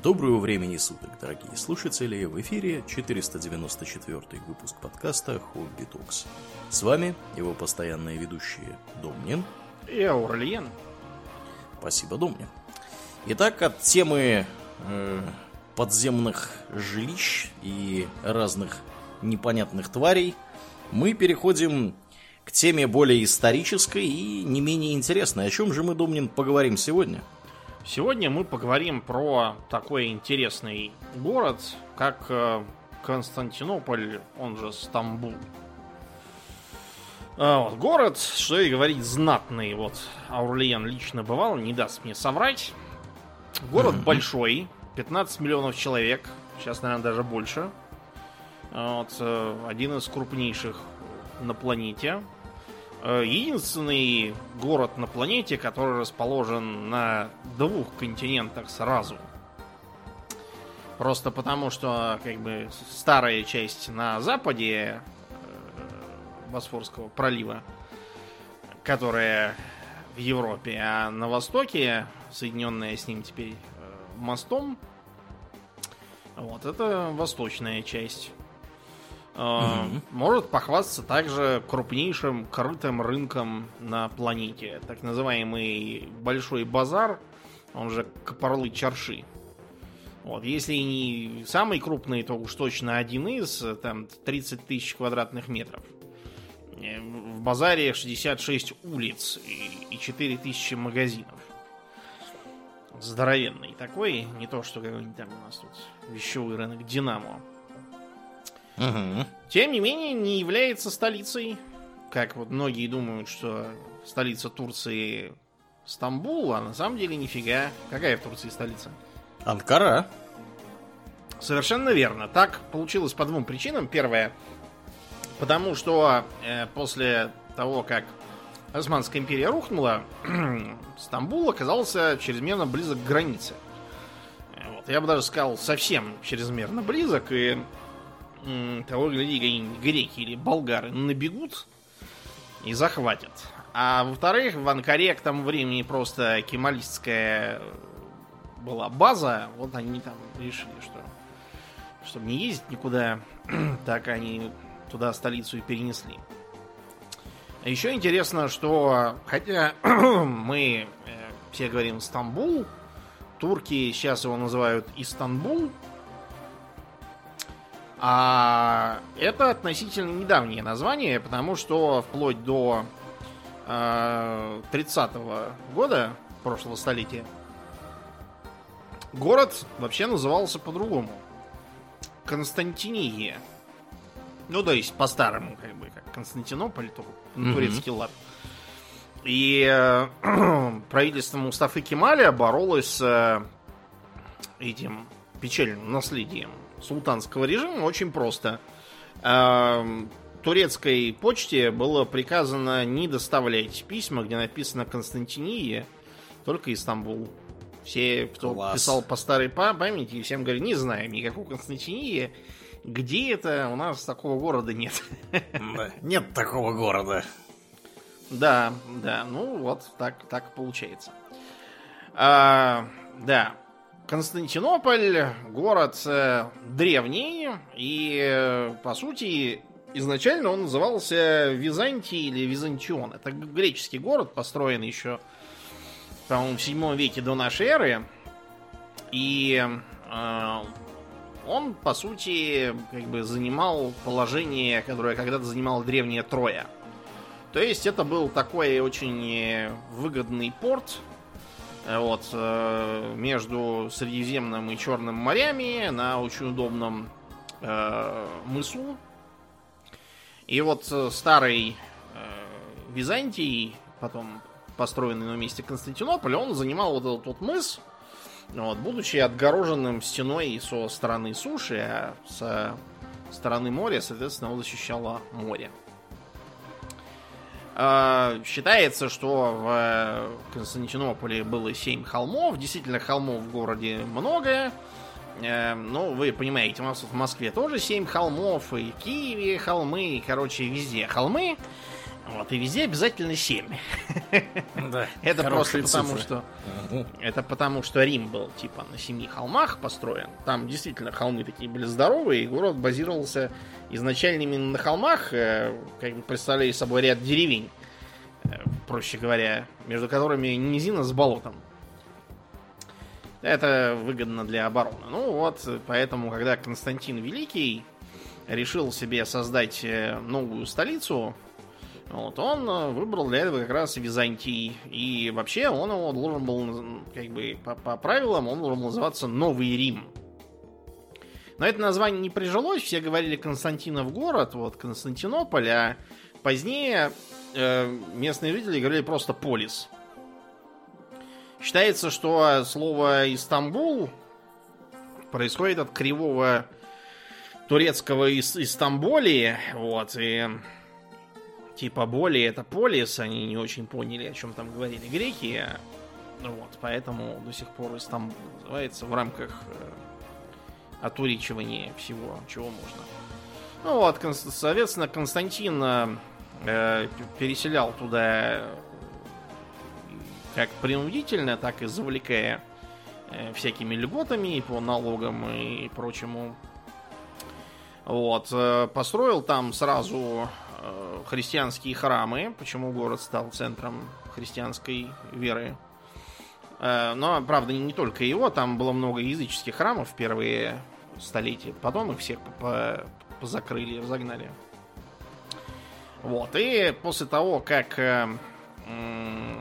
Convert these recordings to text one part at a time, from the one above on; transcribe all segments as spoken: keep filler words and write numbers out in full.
Доброго времени суток, дорогие слушатели! В эфире четыреста девяносто четвёртый выпуск подкаста Хобби Токс. С вами его постоянные ведущие Домнин и Аурлиен. Спасибо, Домнин. Итак, от темы э, подземных жилищ и разных непонятных тварей мы переходим к теме более исторической и не менее интересной. О чем же мы, Домнин, поговорим сегодня? Сегодня мы поговорим про такой интересный город, как Константинополь, он же Стамбул. Вот, город, что и говорить, знатный. Вот Аурлиен лично бывал, не даст мне соврать. Город mm-hmm. большой, пятнадцать миллионов человек, сейчас, наверное, даже больше. Вот, один из крупнейших на планете. Единственный город на планете, который расположен на двух континентах сразу. Просто потому, что как бы старая часть на западе Босфорского пролива, которая в Европе, а на востоке, соединенная с ним теперь мостом, вот это восточная часть. Mm-hmm. Может похвастаться также крупнейшим крытым рынком на планете. Так называемый Большой базар, он же Капарлы-Чарши. Вот. Если не самый крупный, то уж точно один из, там тридцать тысяч квадратных метров. В базаре шестьдесят шесть улиц и четыре тысячи магазинов. Здоровенный такой, не то что какой-нибудь там у нас тут вещевой рынок Динамо. Угу. Тем не менее, не является столицей. Как вот многие думают, что столица Турции Стамбул, а на самом деле нифига. Какая в Турции столица? Анкара. Совершенно верно. Так получилось по двум причинам. Первое, потому что э, после того, как Османская империя рухнула, Стамбул оказался чрезмерно близок к границе. Вот, я бы даже сказал, совсем чрезмерно близок, и того, гляди, какие-нибудь греки или болгары набегут и захватят. А во-вторых, в Анкаре к тому времени просто кемалистская была база. Вот они там решили, что чтобы не ездить никуда, так они туда столицу и перенесли. А еще интересно, что хотя мы все говорим Стамбул, турки сейчас его называют Истанбул. А это относительно недавнее название, потому что вплоть до э, тридцатого года прошлого столетия город вообще назывался по-другому. Константиния. Ну, то есть по-старому, как бы, как Константинополь, только на турецкий лад. И э, правительство Мустафы Кемаля боролось с э, этим печальным наследием султанского режима очень просто. Турецкой почте было приказано не доставлять письма, где написано Константиния, только Истанбул. Все, кто Класс. Писал по старой памяти, всем говорят, не знаем никакого Константиния. Где это? У нас такого города нет. Нет такого города. Да, да, ну вот так, так получается. А, да. Константинополь город э, древний, и, э, по сути, изначально он назывался Византий или Византион. Это греческий город, построенный еще, по-моему, в седьмом веке до нашей эры. И э, он, по сути, как бы занимал положение, которое когда-то занимала древняя Троя. То есть это был такой очень выгодный порт, вот, между Средиземным и Черным морями на очень удобном э, мысу. И вот старый э, Византий, потом построенный на месте Константинополя, он занимал вот этот вот мыс, вот, будучи отгороженным стеной со стороны суши, а со стороны моря, соответственно, он защищало море. Считается, что в Константинополе было семь холмов. Действительно, холмов в городе много. Ну, вы понимаете, у нас в Москве тоже семь холмов. И в Киеве холмы. И, короче, везде холмы. Вот, и везде обязательно семь. Да, это просто потому, цифры. что... Это потому, что Рим был, типа, на семи холмах построен. Там действительно холмы такие были здоровые, и город базировался изначально именно на холмах, как бы представляли собой ряд деревень, проще говоря, между которыми низина с болотом. Это выгодно для обороны. Ну вот, поэтому, когда Константин Великий решил себе создать новую столицу, вот, он выбрал для этого как раз Византий. И вообще он его должен был, как бы, по, по правилам, он должен был называться Новый Рим. Но это название не прижилось, все говорили Константинов город, вот, Константинополь, а позднее э, местные жители говорили просто Полис. Считается, что слово Истамбул происходит от кривого турецкого из Истамбулии, вот, и типа боли это полис, они не очень поняли, о чем там говорили греки, вот, поэтому до сих пор Истамбул называется в рамках э, отуречивания всего, чего можно. Ну вот, соответственно, Константин э, переселял туда как принудительно, так и завлекая э, всякими льготами по налогам и прочему. Вот, э, построил там сразу э, христианские храмы, почему город стал центром христианской веры. Э, но, правда, не только его, там было много языческих храмов в первые столетия, потом их всех позакрыли, разогнали. Вот, и после того, как э, э,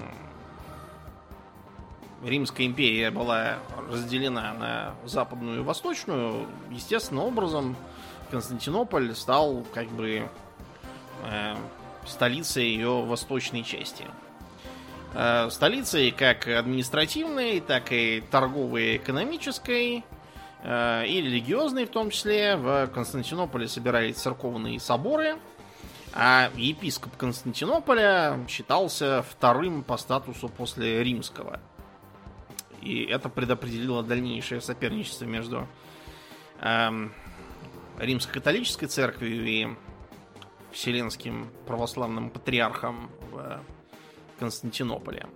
Римская империя была разделена на западную и восточную, естественным образом Константинополь стал как бы э, столицей ее восточной части. Э, столицей как административной, так и торговой, экономической э, и религиозной в том числе. В Константинополе собирались церковные соборы, а епископ Константинополя считался вторым по статусу после римского. И это предопределило дальнейшее соперничество между э, Римско-католической церковью и Вселенским православным патриархом в Константинополе.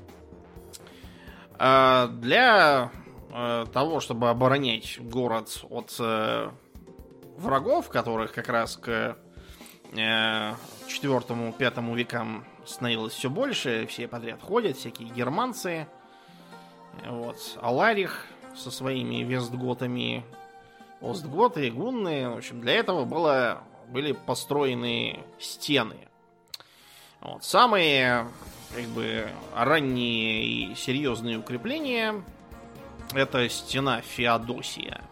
Э, для э, того, чтобы оборонять город от э, врагов, которых как раз к э, четвёртому-пятому векам становилось все больше, все подряд ходят, всякие германцы, вот, Аларих со своими вестготами, остготы, гунны. В общем, для этого было, были построены стены. Вот, самые, как бы, ранние и серьезные укрепления — это стена Феодосия.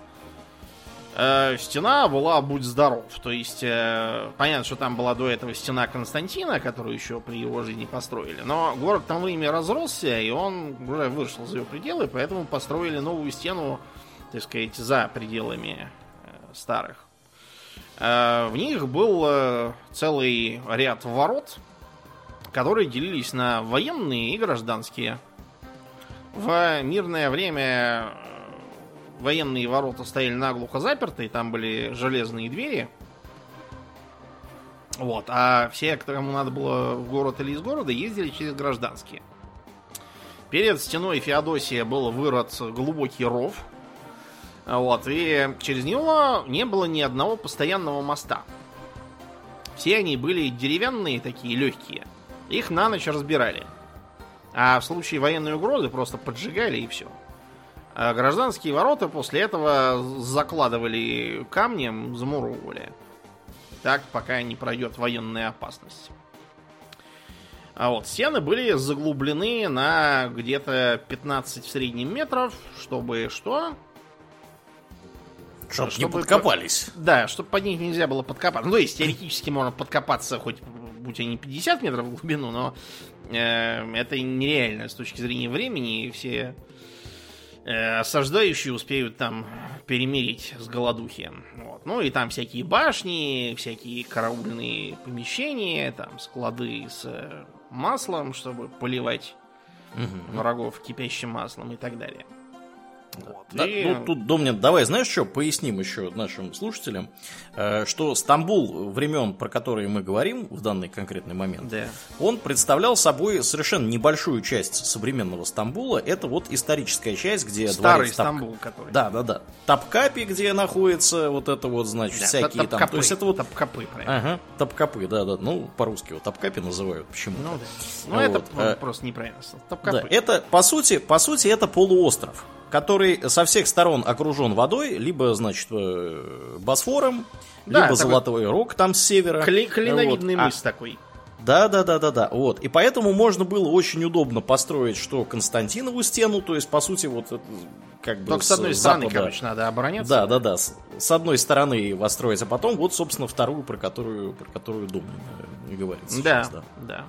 Э, стена была «Будь здоров». То есть, э, понятно, что там была до этого стена Константина, которую еще при его жизни построили. Но город там время разросся, и он уже вышел за ее пределы, поэтому построили новую стену, так сказать, за пределами э, старых. Э, в них был э, целый ряд ворот, которые делились на военные и гражданские. В мирное время военные ворота стояли наглухо заперты, там были железные двери. Вот, а все, кому надо было в город или из города, ездили через гражданские. Перед стеной Феодосия был вырыт глубокий ров. Вот, и через него не было ни одного постоянного моста. Все они были деревянные, такие легкие. Их на ночь разбирали. А в случае военной угрозы просто поджигали и все. А гражданские ворота после этого закладывали камнем, замуровывали. Так, пока не пройдет военная опасность. А вот стены были заглублены на где-то пятнадцать в среднем метров, чтобы что? Чтоб чтобы не подкопались. По... Да, чтобы под них нельзя было подкопаться. Ну, то есть, теоретически можно подкопаться, хоть будь они пятьдесят метров в глубину, но э, это нереально с точки зрения времени, и все э, осаждающие успеют там перемирить с голодухи. Вот. Ну и там всякие башни, всякие караульные помещения, там склады с э, маслом, чтобы поливать угу. врагов кипящим маслом и так далее. Вот. Да, И... ну, тут, Домнин, давай, знаешь что, поясним еще нашим слушателям, э, что Стамбул времен, про которые мы говорим в данный конкретный момент, да. он представлял собой совершенно небольшую часть современного Стамбула. Это вот историческая часть, где старый дворец Стамбул, Тап... который. Да, да, да. Топкапи, где находится вот это вот, значит, да, всякие там. То есть это вот Топкапы, правильно. Ага, Топкапы, да, да. Ну, по-русски его Топкапи называют. Почему? Ну, да. Ну, вот. это а, просто неправильно. Топкапы. Да, это, по сути, по сути, это полуостров, который со всех сторон окружен водой, либо, значит, Босфором, да, либо Золотой Рог там с севера. Кли- клиновидный вот. мыс а, такой. Да, да, да, да, да. Вот. И поэтому можно было очень удобно построить, что Константинову стену, то есть, по сути, вот как бы. Только с, с одной запада. стороны, короче, надо обороняться. Да, да, да. С, с одной стороны построить, а потом, вот, собственно, вторую, про которую, про которую Домнин и говорит сейчас. Да, да. да.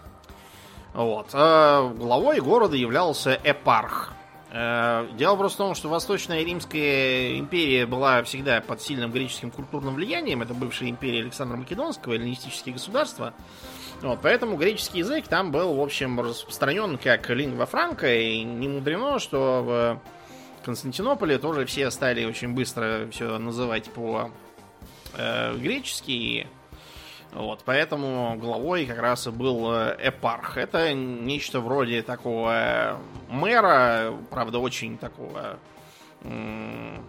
Вот. А главой города являлся Эпарх. Дело просто в том, что Восточная Римская империя была всегда под сильным греческим культурным влиянием. Это бывшая империя Александра Македонского, эллинистические государства. Вот, поэтому греческий язык там был, в общем, распространен как лингва франка. И не мудрено, что в Константинополе тоже все стали очень быстро все называть по-гречески. Вот, поэтому главой как раз и был Эпарх. Это нечто вроде такого мэра, правда, очень такого... М-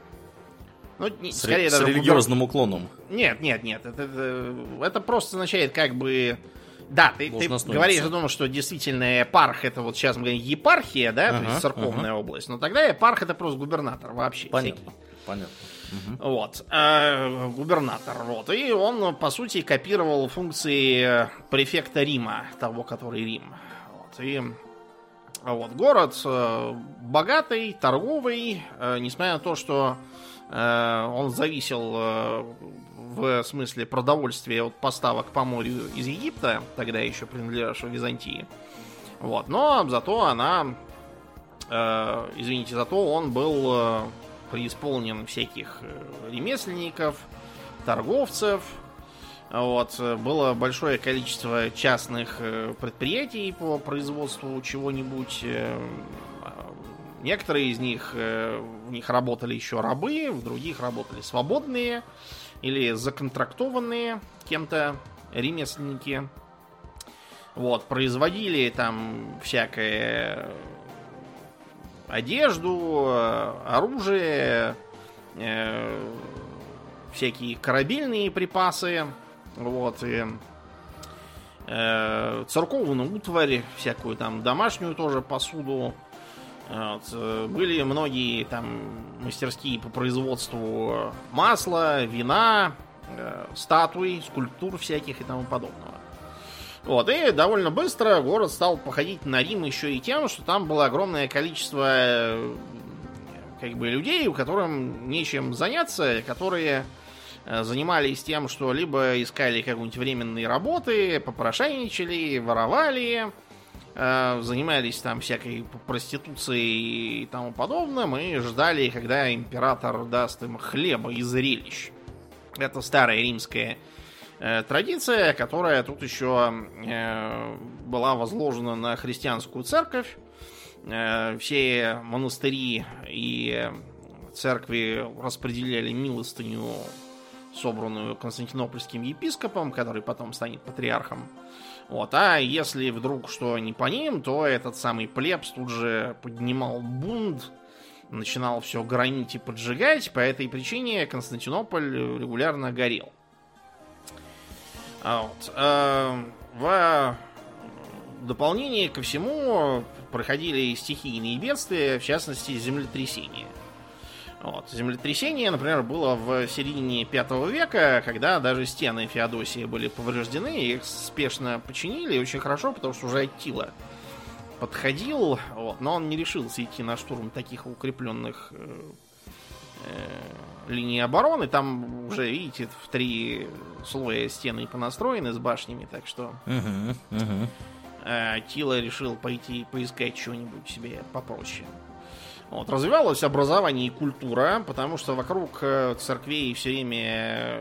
ну, не, с, скорее с даже религиозным губер... уклоном. Нет, нет, нет. Это, это, это просто означает как бы... Да, ты, ты говоришь о том, что действительно Эпарх это вот сейчас мы говорим епархия, да, ага, то есть церковная ага. область. Но тогда Эпарх это просто губернатор вообще. Понятно. Всякий. Понятно. Угу. Вот. Э, губернатор. Вот. И он, по сути, копировал функции префекта Рима, того, который Рим. Вот. И вот. Город э, богатый, торговый, э, несмотря на то, что э, он зависел э, в смысле продовольствия от поставок по морю из Египта, тогда еще принадлежавшего Византии. Вот. Но зато она, э, извините, зато он был... Э, преисполнен всяких ремесленников, торговцев. Вот. Было большое количество частных предприятий по производству чего-нибудь. Некоторые из них, в них работали еще рабы, в других работали свободные или законтрактованные кем-то ремесленники. Вот. Производили там всякое... одежду, оружие, э, всякие корабельные припасы, вот, и э, церковную утварь, всякую там домашнюю тоже посуду. Вот. Были многие там мастерские по производству масла, вина, э, статуй, скульптур всяких и тому подобного. Вот, и довольно быстро город стал походить на Рим еще и тем, что там было огромное количество как бы людей, у которых нечем заняться, которые занимались тем, что либо искали какие-нибудь временные работы, попрошайничали, воровали, занимались там всякой проституцией и тому подобным, и ждали, когда император даст им хлеба и зрелищ. Это старая римская традиция, которая тут еще э, была возложена на христианскую церковь. Э, все монастыри и церкви распределяли милостыню, собранную константинопольским епископом, который потом станет патриархом. Вот. А если вдруг что не по ним, то этот самый плебс тут же поднимал бунт, начинал все громить и поджигать. По этой причине Константинополь регулярно горел. Вот. В дополнение ко всему проходили стихийные бедствия, в частности землетрясения. Вот. Землетрясение, например, было в середине пятого века, когда даже стены Феодосии были повреждены, их спешно починили, очень хорошо, потому что уже Аттила подходил, вот, но он не решился идти на штурм таких укрепленных э, э, линий обороны. Там уже, видите, в три слоя стены понастроены с башнями, так что uh-huh, uh-huh. Аттила решил пойти поискать чего-нибудь себе попроще. Вот. Развивалось образование и культура, потому что вокруг церквей все время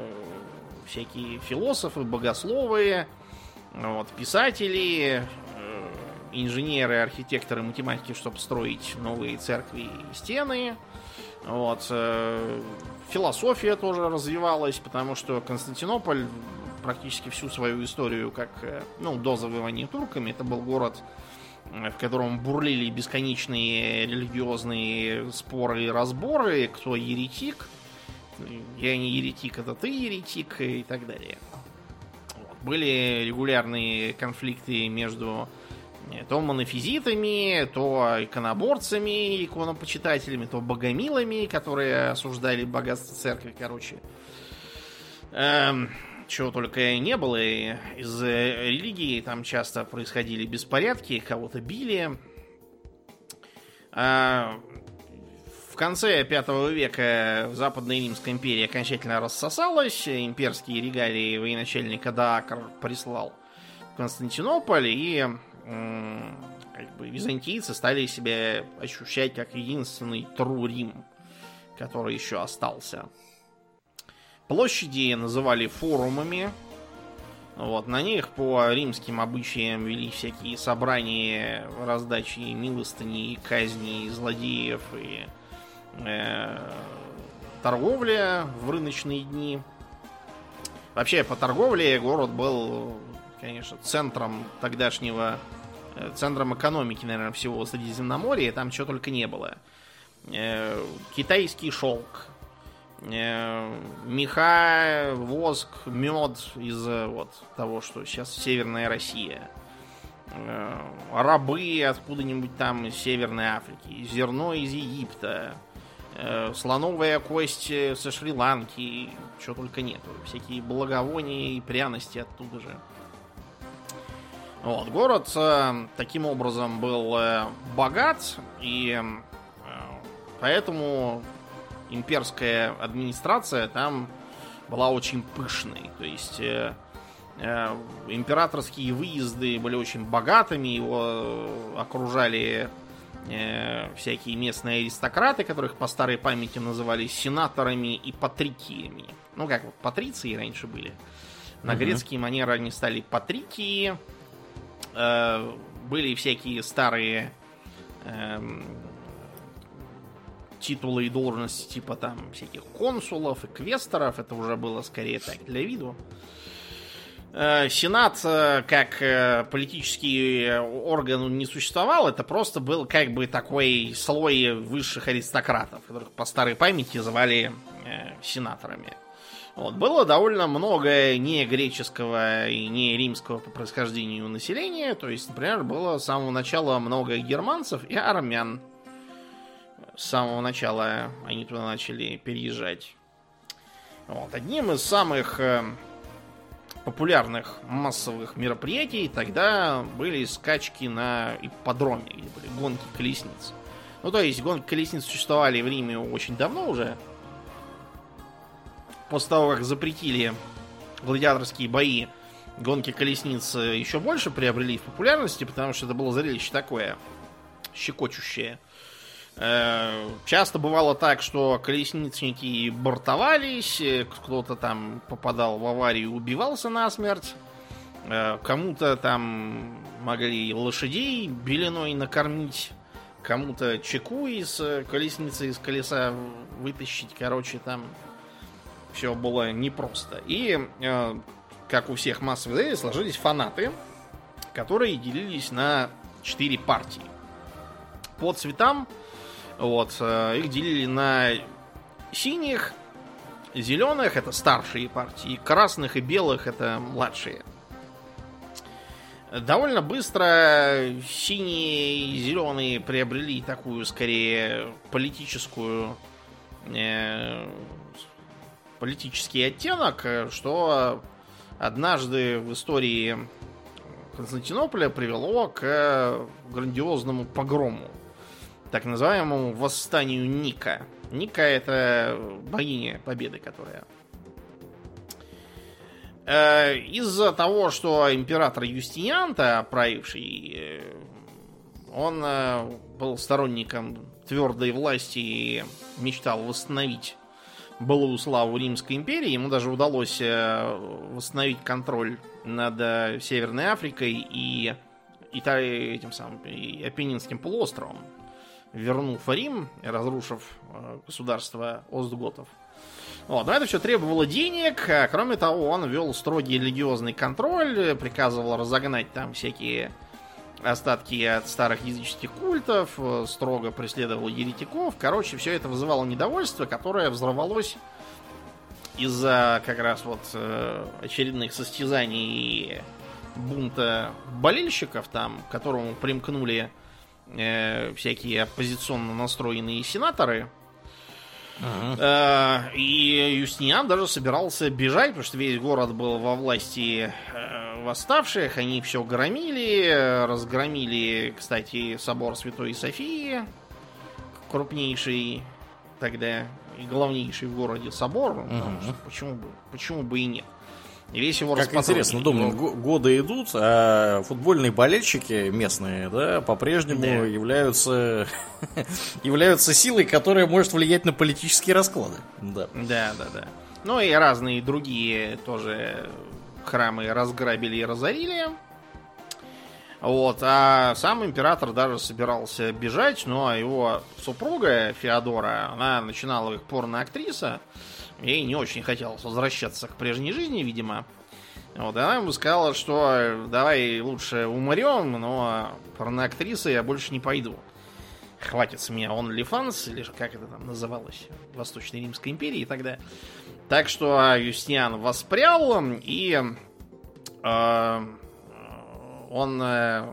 всякие философы, богословы, вот, писатели, инженеры, архитекторы, математики, чтобы строить новые церкви и стены. Вот. Философия тоже развивалась, потому что Константинополь практически всю свою историю, как, ну, до завоевания турками, это был город, в котором бурлили бесконечные религиозные споры и разборы, кто еретик, я не еретик, это ты еретик, и так далее. Вот. Были регулярные конфликты между то монофизитами, то иконоборцами, иконопочитателями, то богомилами, которые осуждали богатство церкви, короче. Эм, чего только не было. Из религии там часто происходили беспорядки, кого-то били. А в конце пятого века Западная Римская империя окончательно рассосалась. Имперские регалии военачальника Даакр прислал в Константинополь, и как бы византийцы стали себя ощущать как единственный true Рим, который еще остался. Площади называли форумами. Вот, на них по римским обычаям вели всякие собрания, раздачи милостыни, казни злодеев и э, торговля в рыночные дни. Вообще, по торговле город был, конечно, центром тогдашнего, центром экономики, наверное, всего Средиземноморья. Там чего только не было. Э, китайский шелк, меха, воск, мед из вот того, что сейчас Северная Россия. Рабы откуда-нибудь там из Северной Африки. Зерно из Египта. Слоновая кость со Шри-Ланки. Чего только нету. Всякие благовония и пряности оттуда же. Вот, город таким образом был богат, и поэтому имперская администрация там была очень пышной. То есть э, э, императорские выезды были очень богатыми, его окружали э, всякие местные аристократы, которых по старой памяти называли сенаторами и патрикиями. Ну, как вот патриции раньше были. На uh-huh. грецкий манер они стали патрикии. Э, были всякие старые э, титулы и должности типа там всяких консулов и квесторов. Это уже было скорее так, для виду. Сенат как политический орган не существовал. Это просто был как бы такой слой высших аристократов, которых по старой памяти звали сенаторами. Вот. Было довольно много не греческого и не римского по происхождению населения. То есть, например, было с самого начала много германцев и армян. С самого начала они туда начали переезжать. Вот. Одним из самых э, популярных массовых мероприятий тогда были скачки на ипподроме, где были гонки колесниц. Ну, то есть, гонки колесниц существовали в Риме очень давно уже. После того, как запретили гладиаторские бои, гонки колесниц еще больше приобрели в популярности, потому что это было зрелище такое щекочущее. Часто бывало так, что колесничники бортовались, кто-то там попадал в аварию, убивался насмерть, кому-то там могли лошадей беленой накормить, кому-то чеку из колесницы, из колеса вытащить. Короче, там все было непросто. И, как у всех массовых зрелищ, сложились фанаты, которые делились на четыре партии. По цветам вот, их делили на синих, зеленых, это старшие партии, красных и белых, это младшие. Довольно быстро синие и зеленые приобрели такую, скорее, политическую, э, политический оттенок, что однажды в истории Константинополя привело к грандиозному погрому, так называемому восстанию Ника. Ника — это богиня победы, которая... Из-за того, что император Юстиниан-то, правивший, он был сторонником твердой власти и мечтал восстановить былую славу Римской империи, ему даже удалось восстановить контроль над Северной Африкой и Италией, этим самым и Апеннинским полуостровом, вернув Рим и разрушив э, государство остготов. Вот, но это все требовало денег, а кроме того, он вел строгий религиозный контроль, приказывал разогнать там всякие остатки от старых языческих культов, строго преследовал еретиков. Короче, все это вызывало недовольство, которое взорвалось из-за как раз вот э, очередных состязаний и бунта болельщиков, там, к которому примкнули э, всякие оппозиционно настроенные сенаторы. Uh-huh. Э, и Юстиниан даже собирался бежать, потому что весь город был во власти э, восставших. Они все громили, разгромили, кстати, собор Святой Софии, крупнейший тогда и главнейший в городе собор. Uh-huh. Почему бы, почему бы и нет? И весь его Как интересно, Домнин, его... годы идут, а футбольные болельщики местные, да, по-прежнему да. являются являются силой, которая может влиять на политические расклады. Да. да, да, да. Ну и разные другие тоже храмы разграбили и разорили. Вот, а сам император даже собирался бежать, но его супруга Феодора, она начинала как порноактриса. Ей не очень хотелось возвращаться к прежней жизни, видимо. Вот, и она ему сказала, что давай лучше умрем, но порноактрисой я больше не пойду. Хватит с меня OnlyFans, или как это там называлось, в Восточной Римской империи тогда. Так что Юстиниан воспрял, и э, он э,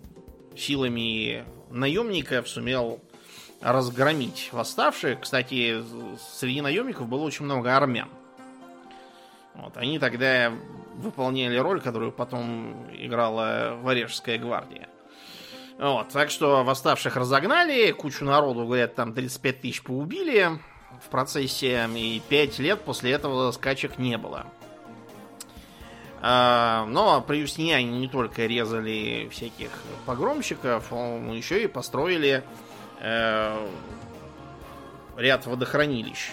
силами наемников сумел разгромить восставших. Кстати, среди наемников было очень много армян. Вот, они тогда выполняли роль, которую потом играла Варяжская гвардия. Вот, так что восставших разогнали, кучу народу, говорят, там тридцать пять тысяч поубили в процессе, и пять лет после этого скачек не было. А, но при Юстиниане не только резали всяких погромщиков, он еще и построили ряд водохранилищ.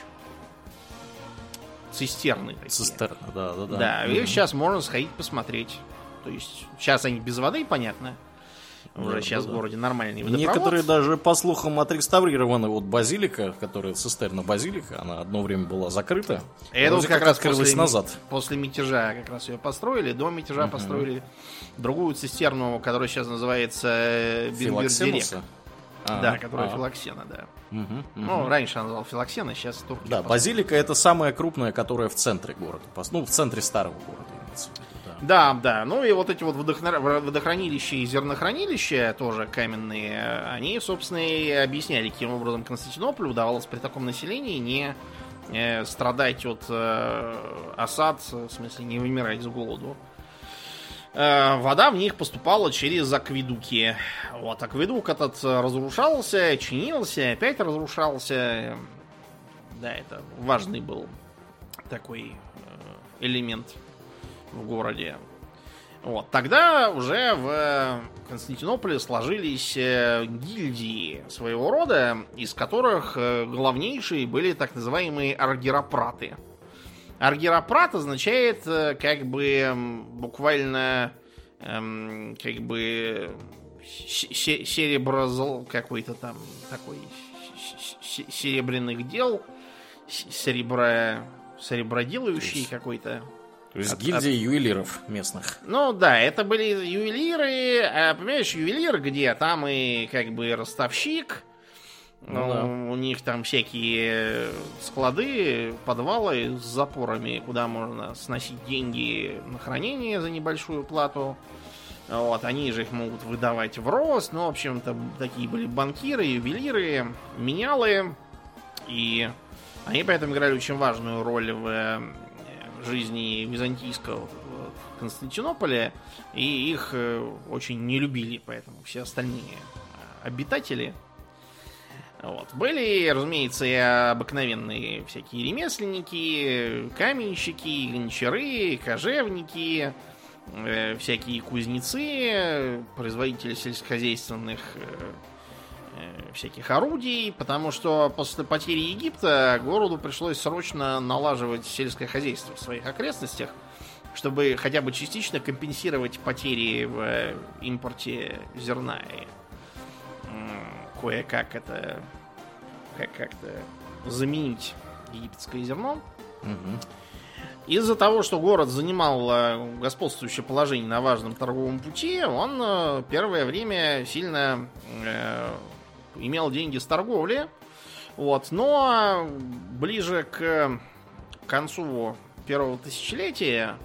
Цистерны такие. Цистерны, да, да, да. Да, и mm-hmm. сейчас можно сходить посмотреть. То есть, сейчас они без воды, понятно. Уже да, сейчас да, в городе нормальный водопровод. Некоторые даже, по слухам, отреставрированы. Вот базилика, которая цистерна базилика, она одно время была закрыта. Это вот как раз открылась после, назад. После мятежа как раз ее построили. До мятежа uh-huh. построили другую цистерну, которая сейчас называется Бенбердерек. А, да, которая а. Филоксена, да. Угу, угу. Ну, раньше она называла Филоксена, сейчас турки. Да, построили. Базилика это самая крупная, которая в центре города. Ну, в центре старого города имеется в виду, да. Да, да. Ну и вот эти вот водохра... водохранилища и зернохранилища, тоже каменные, они, собственно, и объясняли, каким образом Константинополю удавалось при таком населении не э, страдать от э, осад, в смысле, не вымирать с голоду. Вода в них поступала через акведуки. Вот, акведук этот разрушался, чинился, опять разрушался. Да, это важный был такой элемент в городе. Вот, тогда уже в Константинополе сложились гильдии своего рода, из которых главнейшие были так называемые аргиропраты. Аргиропрат означает как бы буквально эм, как бы серебро какой-то там такой серебряных дел, серебро сереброделающий есть, какой-то. То есть от, гильдия от... ювелиров местных. Ну да, это были ювелиры, а, понимаешь, ювелир где? Там и как бы ростовщик. Ну, да. У них там всякие склады, подвалы с запорами, куда можно сносить деньги на хранение за небольшую плату. Вот, они же их могут выдавать в рост. Ну, в общем-то, такие были банкиры, ювелиры, менялы. И они поэтому играли очень важную роль в жизни византийского Константинополя. И их очень не любили, поэтому все остальные обитатели. Вот. Были, разумеется, и обыкновенные всякие ремесленники, каменщики, гончары, кожевники, э, всякие кузнецы, производители сельскохозяйственных э, э, всяких орудий, потому что после потери Египта городу пришлось срочно налаживать сельское хозяйство в своих окрестностях, чтобы хотя бы частично компенсировать потери в импорте зерна и кое-как это как- как-то заменить египетское зерно. Мгм. Из-за того, что город занимал э, господствующее положение на важном торговом пути, он э, первое время сильно э, имел деньги с торговли. Вот. Но ближе к концу первого тысячелетия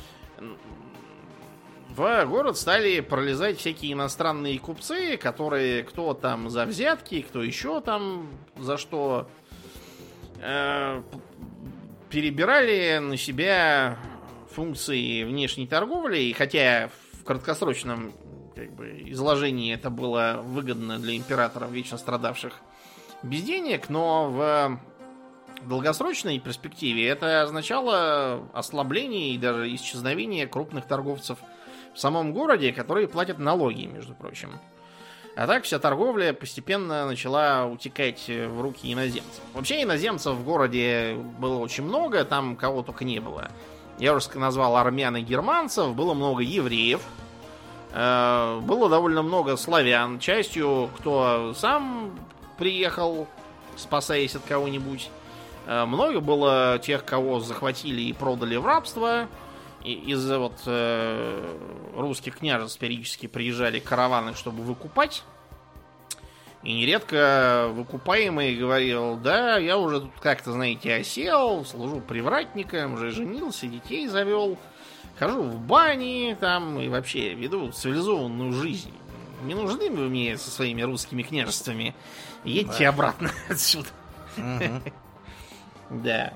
в город стали пролезать всякие иностранные купцы, которые кто там за взятки, кто еще там за что э, перебирали на себя функции внешней торговли. И хотя в краткосрочном как бы, изложении это было выгодно для императоров, вечно страдавших без денег, но в долгосрочной перспективе это означало ослабление и даже исчезновение крупных торговцев в самом городе, которые платят налоги, между прочим. А так вся торговля постепенно начала утекать в руки иноземцев. Вообще иноземцев в городе было очень много, там кого только не было. Я уже назвал армян и германцев, было много евреев, было довольно много славян, частью кто сам приехал, спасаясь от кого-нибудь. Много было тех, кого захватили и продали в рабство. И из вот э, русских княжеств периодически приезжали караваны, чтобы выкупать. И нередко выкупаемый говорил: да, я уже тут как-то, знаете, осел, служу привратником, уже женился, детей завел, хожу в бани там и вообще веду цивилизованную жизнь. Не нужны вы мне со своими русскими княжествами. Едьте да. обратно отсюда. Угу. Да.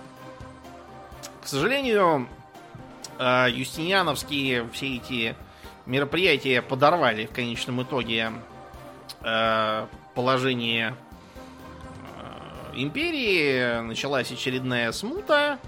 К сожалению, юстиниановские все эти мероприятия подорвали в конечном итоге положение империи. Началась очередная смута.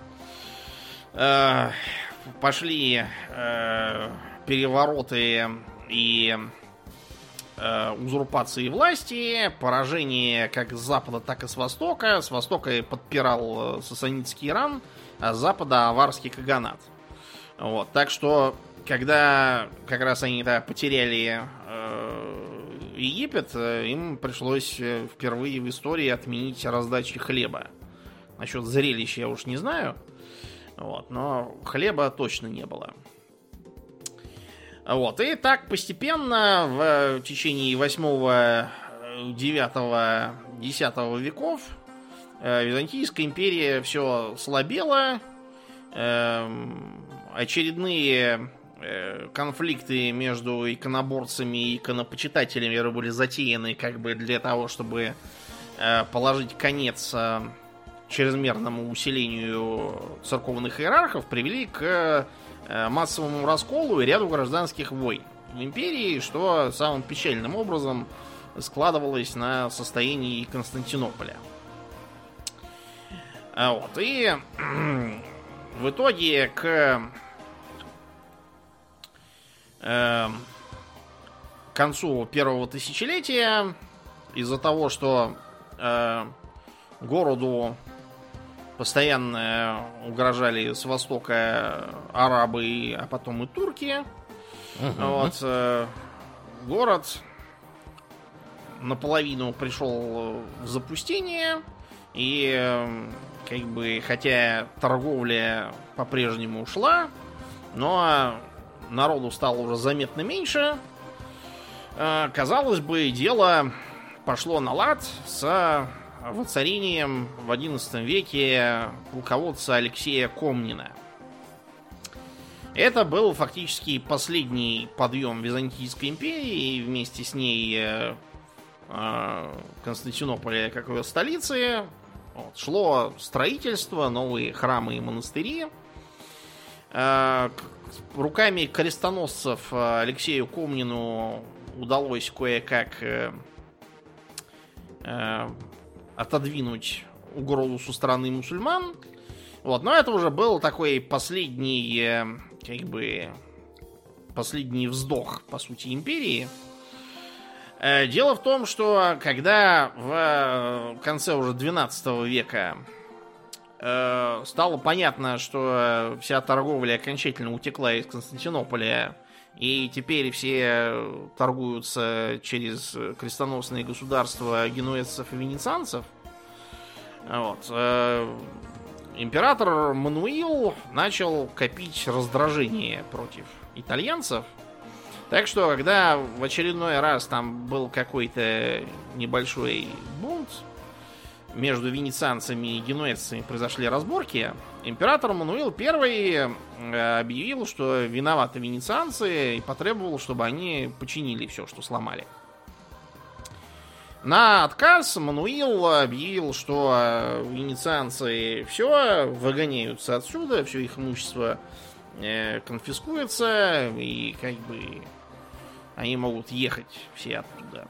Пошли перевороты и узурпации власти, поражение как с запада, так и с востока. С востока подпирал сасанидский Иран, а с запада аварский каганат. Вот, так что, когда как раз они да, потеряли э, Египет, им пришлось впервые в истории отменить раздачи хлеба. Насчет зрелища я уж не знаю, вот, но хлеба точно не было. Вот, и так постепенно в течение восьмого, девятого, десятого веков Византийская империя все слабела. Очередные конфликты между иконоборцами и иконопочитателями были затеяны как бы для того, чтобы положить конец чрезмерному усилению церковных иерархов, привели к массовому расколу и ряду гражданских войн в империи, что самым печальным образом складывалось на состоянии Константинополя. Вот. И в итоге к э, концу первого тысячелетия из-за того, что э, городу постоянно угрожали с востока арабы, а потом и турки, uh-huh. вот, э, город наполовину пришел в запустение. И как бы, хотя торговля по-прежнему шла, но народу стало уже заметно меньше. Казалось бы, дело пошло на лад с воцарением в одиннадцатом веке полководца Алексея Комнина. Это был фактически последний подъем Византийской империи, и вместе с ней Константинополя как его столицы. Вот, шло строительство, новые храмы и монастыри. Э, руками крестоносцев Алексею Комнину удалось кое-как э, э, отодвинуть угрозу со стороны мусульман. Вот, но это уже был такой последний, э, как бы, последний вздох, по сути, империи. Дело в том, что когда в конце уже двенадцатого века э, стало понятно, что вся торговля окончательно утекла из Константинополя, и теперь все торгуются через крестоносные государства генуэзцев и венецианцев, вот, э, император Мануил начал копить раздражение против итальянцев. Так что, когда в очередной раз там был какой-то небольшой бунт, между венецианцами и генуэзцами произошли разборки, император Мануил I объявил, что виноваты венецианцы, и потребовал, чтобы они починили все, что сломали. На отказ Мануил объявил, что венецианцы все выгоняются отсюда, все их имущество э, конфискуется, и как бы они могут ехать все оттуда.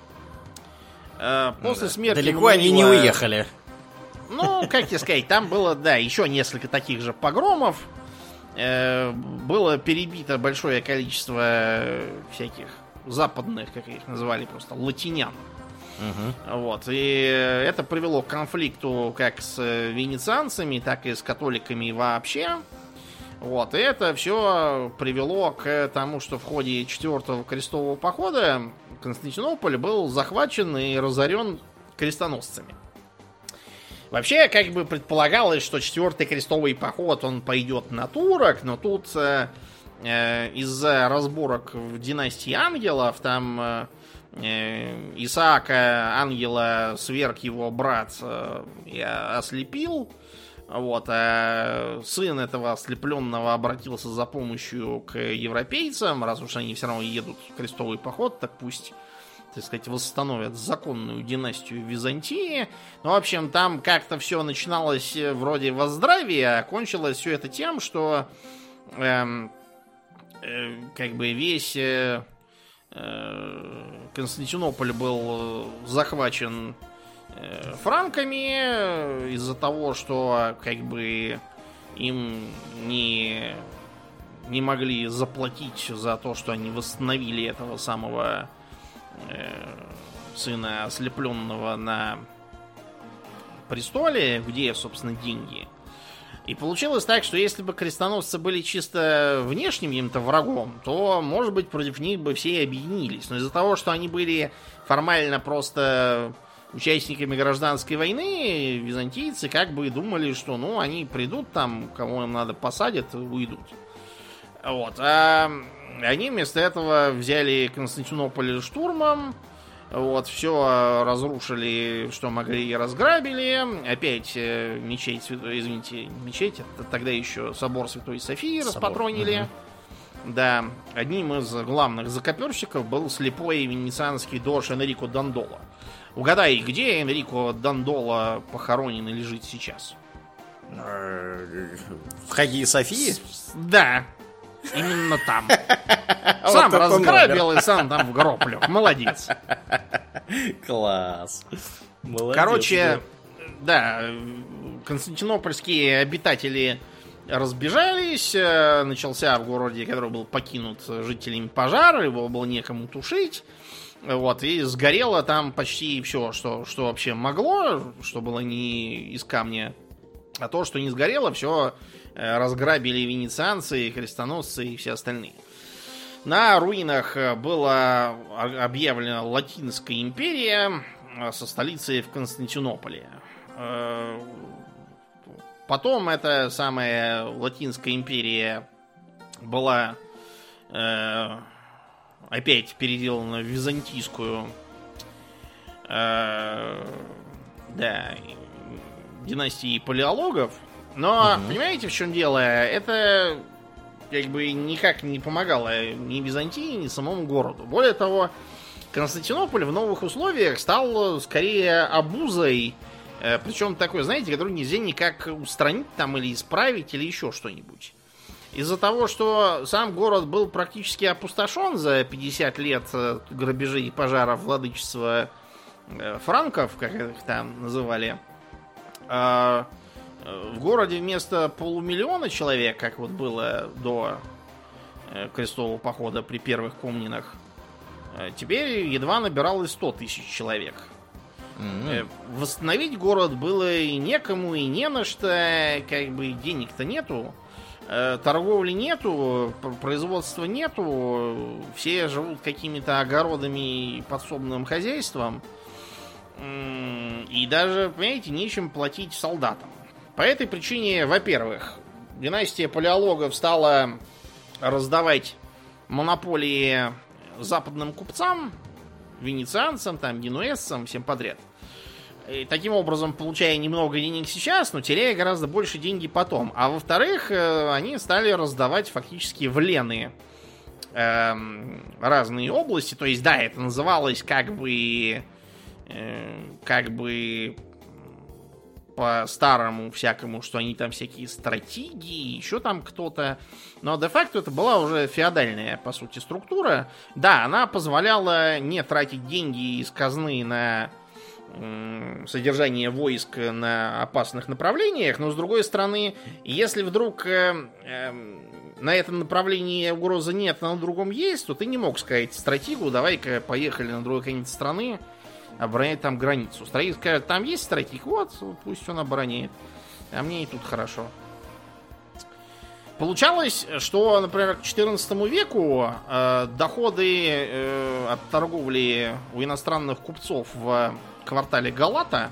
Э, после смерти Далеко Мануила, они не уехали. Ну, как тебе сказать, там было, да, еще несколько таких же погромов. Э, было перебито большое количество всяких западных, как их называли, просто латинян. Угу. Вот. И это привело к конфликту как с венецианцами, так и с католиками вообще. Вот. И это все привело к тому, что в ходе четвертого крестового похода Константинополь был захвачен и разорен крестоносцами. Вообще, как бы предполагалось, что четвертый крестовый поход, он пойдет на турок, но тут э, э, из-за разборок в династии ангелов, там э, Исаака ангела сверг его брат э, и ослепил. Вот, а сын этого ослепленного обратился за помощью к европейцам. Раз уж они все равно едут в крестовый поход, так пусть, так сказать, восстановят законную династию Византии. Ну, в общем, там как-то все начиналось вроде во здравии, а кончилось все это тем, что э, э, как бы весь э, Константинополь был захвачен э, франками из-за того, что как бы им не, не могли заплатить за то, что они восстановили этого самого сына ослепленного на престоле, где, собственно, деньги. И получилось так, что если бы крестоносцы были чисто внешним каким-то врагом, то, может быть, против них бы все объединились. Но из-за того, что они были формально просто участниками гражданской войны, византийцы как бы думали, что, ну, они придут там, кого им надо посадят, и уйдут. Вот. А они вместо этого взяли Константинополь штурмом, вот, все разрушили, что могли, и разграбили. Опять мечеть, извините, мечеть, это тогда еще собор Святой Софии собор. Распатронили. Угу. Да, одним из главных закоперщиков был слепой венецианский дож Энрико Дандоло. Угадай, где Энрико Дандоло похоронен и лежит сейчас? В Хагии Софии? Да. Именно там. Сам вот разграбил и сам там в гроб лег. Молодец. Класс. Молодец. Короче, да, константинопольские обитатели разбежались. Начался в городе, который был покинут жителями, пожар. Его было некому тушить. Вот, и сгорело там почти все, что, что вообще могло, что было не из камня. А то, что не сгорело, все разграбили венецианцы, крестоносцы и все остальные. На руинах была объявлена Латинская империя со столицей в Константинополе. Потом эта самая Латинская империя была опять переделана в византийскую, да, династии палеологов. Но, угу. Понимаете, в чем дело? Это как бы никак не помогало ни Византии, ни самому городу. Более того, Константинополь в новых условиях стал скорее обузой, причем такой, знаете, который нельзя никак устранить там или исправить, или еще что-нибудь. Из-за того, что сам город был практически опустошен за пятьдесят лет грабежей и пожаров владычества франков, как их там называли, в городе вместо полумиллиона человек, как вот было до крестового похода при первых комнинах, теперь едва набиралось сто тысяч человек. Mm-hmm. Восстановить город было и некому, и не на что. Как бы денег-то нету. Торговли нету, производства нету. Все живут какими-то огородами и подсобным хозяйством. И даже, понимаете, нечем платить солдатам. По этой причине, во-первых, династия палеологов стала раздавать монополии западным купцам, венецианцам, там, генуэзцам, всем подряд. И таким образом, получая немного денег сейчас, но теряя гораздо больше деньги потом. А во-вторых, они стали раздавать фактически в лены эм, разные области. То есть, да, это называлось как бы э, как бы по-старому всякому, что они там всякие стратегии, еще там кто-то. Но де-факто это была уже феодальная, по сути, структура. Да, она позволяла не тратить деньги из казны на э, содержание войск на опасных направлениях, но, с другой стороны, если вдруг э, э, на этом направлении угрозы нет, но на другом есть, то ты не мог сказать стратегу, давай-ка поехали на другой конец страны оборонять там границу. Стратег скажет, там есть стратег, вот, пусть он обороняет. А мне и тут хорошо. Получалось, что, например, к четырнадцатому веку э, доходы э, от торговли у иностранных купцов в квартале Галата,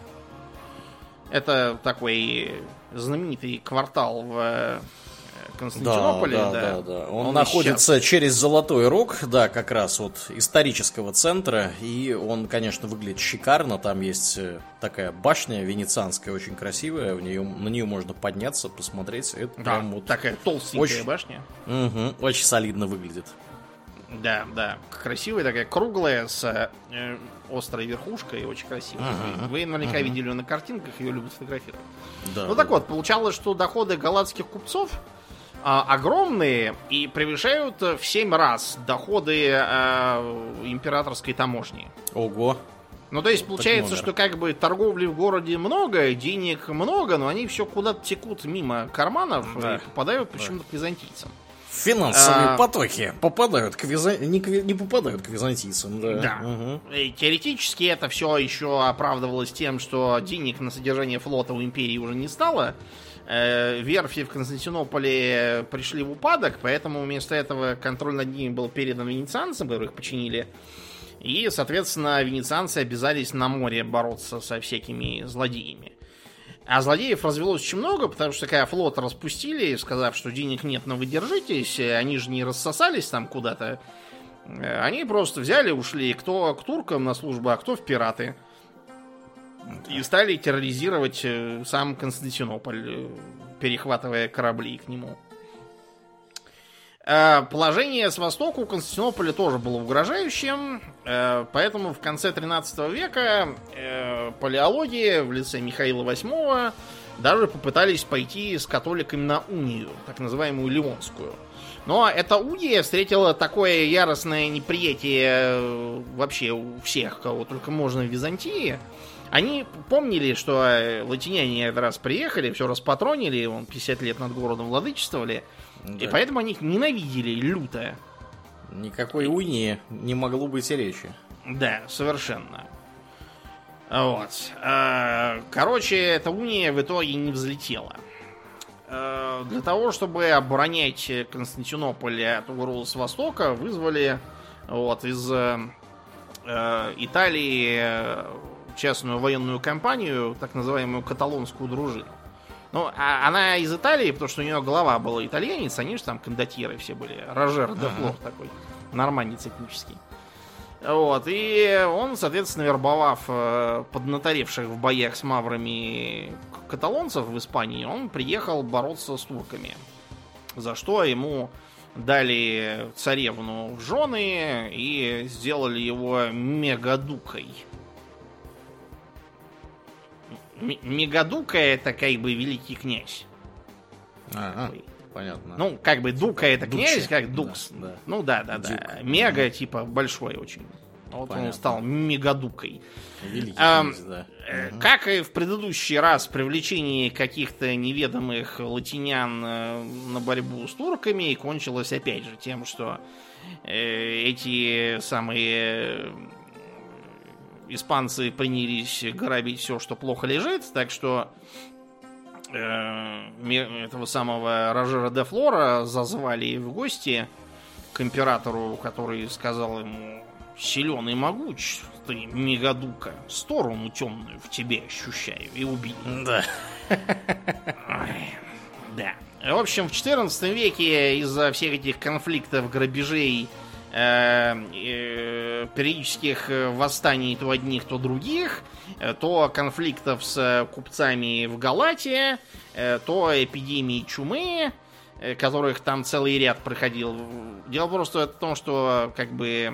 это такой знаменитый квартал в Константинополе. Да, да, да, да. Он, он находится исчез. через Золотой Рог, да, как раз вот исторического центра, и он, конечно, выглядит шикарно. Там есть такая башня венецианская, очень красивая, в нее, на нее можно подняться, посмотреть. Это да, прям вот такая толстенькая очень, башня. Угу, очень солидно выглядит. Да, да, красивая такая, круглая, с э, острой верхушкой, очень красивая. Uh-huh. Вы наверняка uh-huh. видели ее на картинках, ее любят фотографировать. Да, ну да. Так вот, получалось, что доходы галатских купцов а, огромные и превышают в семь раз доходы а, императорской таможни. Ого. Ну, то есть, получается, что как бы торговли в городе много, денег много, но они все куда-то текут мимо карманов да. и попадают почему-то да. к византийцам. Финансовые а, потоки попадают к виза... не, к... не попадают к византийцам. Да. да. Угу. Теоретически это все еще оправдывалось тем, что денег на содержание флота у империи уже не стало. Верфи в Константинополе пришли в упадок, поэтому вместо этого контроль над ними был передан венецианцам, которые их починили. И, соответственно, венецианцы обязались на море бороться со всякими злодеями. А злодеев развелось очень много, потому что такая флот распустили, сказав, что денег нет, но вы держитесь. Они же не рассосались там куда-то. Они просто взяли, ушли кто к туркам на службу, а кто в пираты. И стали терроризировать сам Константинополь, перехватывая корабли к нему. Положение с востока у Константинополя тоже было угрожающим, поэтому в конце тринадцатого века палеологи в лице Михаила восьмого даже попытались пойти с католиками на унию, так называемую Леонскую. Но эта уния встретила такое яростное неприятие вообще у всех, кого только можно в Византии. Они помнили, что латиняне один раз приехали, все распатронили, вон пятьдесят лет над городом владычествовали. Да. И поэтому они их ненавидели люто. Никакой унии не могло быть и речи. Да, совершенно. Вот. Короче, эта уния в итоге не взлетела. Для того, чтобы оборонять Константинополь от угрозы с востока, вызвали вот, из Италии частную военную компанию, так называемую каталонскую дружину. Ну, а она из Италии, потому что у нее голова была итальянец, они же там кондотьеры все были. Рожер де Флор такой, нормандец этнический. Вот, и он, соответственно, вербовав поднаторевших в боях с маврами каталонцев в Испании, он приехал бороться с турками. За что ему дали царевну в жены и сделали его мегадукой. Мегадука — это как бы великий князь. Ага, понятно. Ну, как бы дука — это князь, Дуче. как дукс. Да, да. Ну да, да, да. Дюк. Мега, mm-hmm. типа, большой очень. Вот понятно. Он стал мегадукой. Великий а, князь, да. Угу. Как и в предыдущий раз, привлечение каких-то неведомых латинян на борьбу с турками кончилось опять же тем, что э, эти самые испанцы принялись грабить все, что плохо лежит, так что э, этого самого Рожера де Флора зазвали в гости к императору, который сказал ему: силен и могуч ты, Мегадука, сторону темную в тебе ощущаю, и убей. Да. Да. В общем, в четырнадцатом веке из-за всех этих конфликтов, грабежей, э, э, периодических восстаний то одних, то других, то конфликтов с купцами в Галатии, э, то эпидемии чумы, э, которых там целый ряд проходил. Дело просто в том, что как бы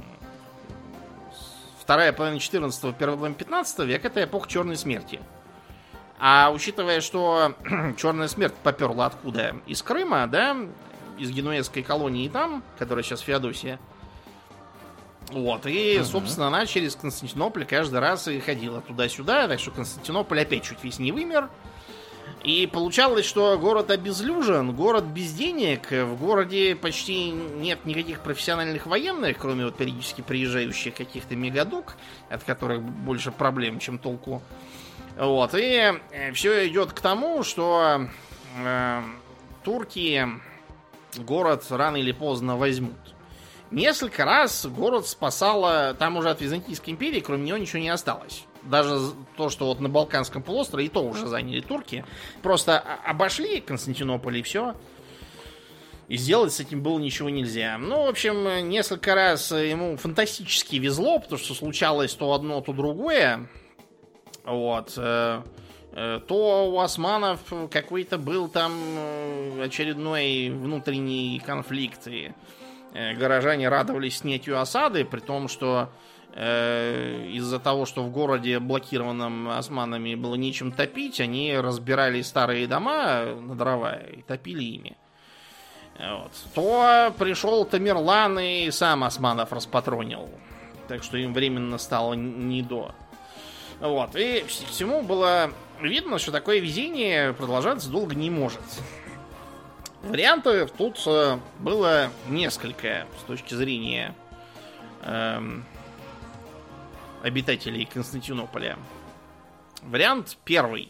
вторая половина четырнадцатого, первая половина пятнадцатого века — это эпоха Черной смерти. А учитывая, что Черная смерть поперла откуда? Из Крыма, да? Из генуэзской колонии там, которая сейчас Феодосия. Вот. И, uh-huh. собственно, она через Константинополь каждый раз и ходила туда-сюда. Так что Константинополь опять чуть весь не вымер. И получалось, что город обезлюжен, город без денег. В городе почти нет никаких профессиональных военных, кроме вот периодически приезжающих каких-то мегадук, от которых больше проблем, чем толку. Вот, и все идет к тому, что э, турки город рано или поздно возьмут. Несколько раз город спасала, там уже от Византийской империи, кроме него ничего не осталось. Даже то, что вот на Балканском полуострове, и то уже заняли турки. Просто обошли Константинополь и все. И сделать с этим было ничего нельзя. Ну, в общем, несколько раз ему фантастически везло, потому что случалось то одно, то другое. Вот. То у османов какой-то был там очередной внутренний конфликт, и горожане радовались снятию осады, при том, что из-за того, что в городе, блокированном османами, было нечем топить, они разбирали старые дома на дрова и топили ими. Вот. То пришел Тамерлан и сам османов распатронил, так что им временно стало не до. Вот. И всему было видно, что такое везение продолжаться долго не может. Вариантов тут было несколько с точки зрения эм, обитателей Константинополя. Вариант первый.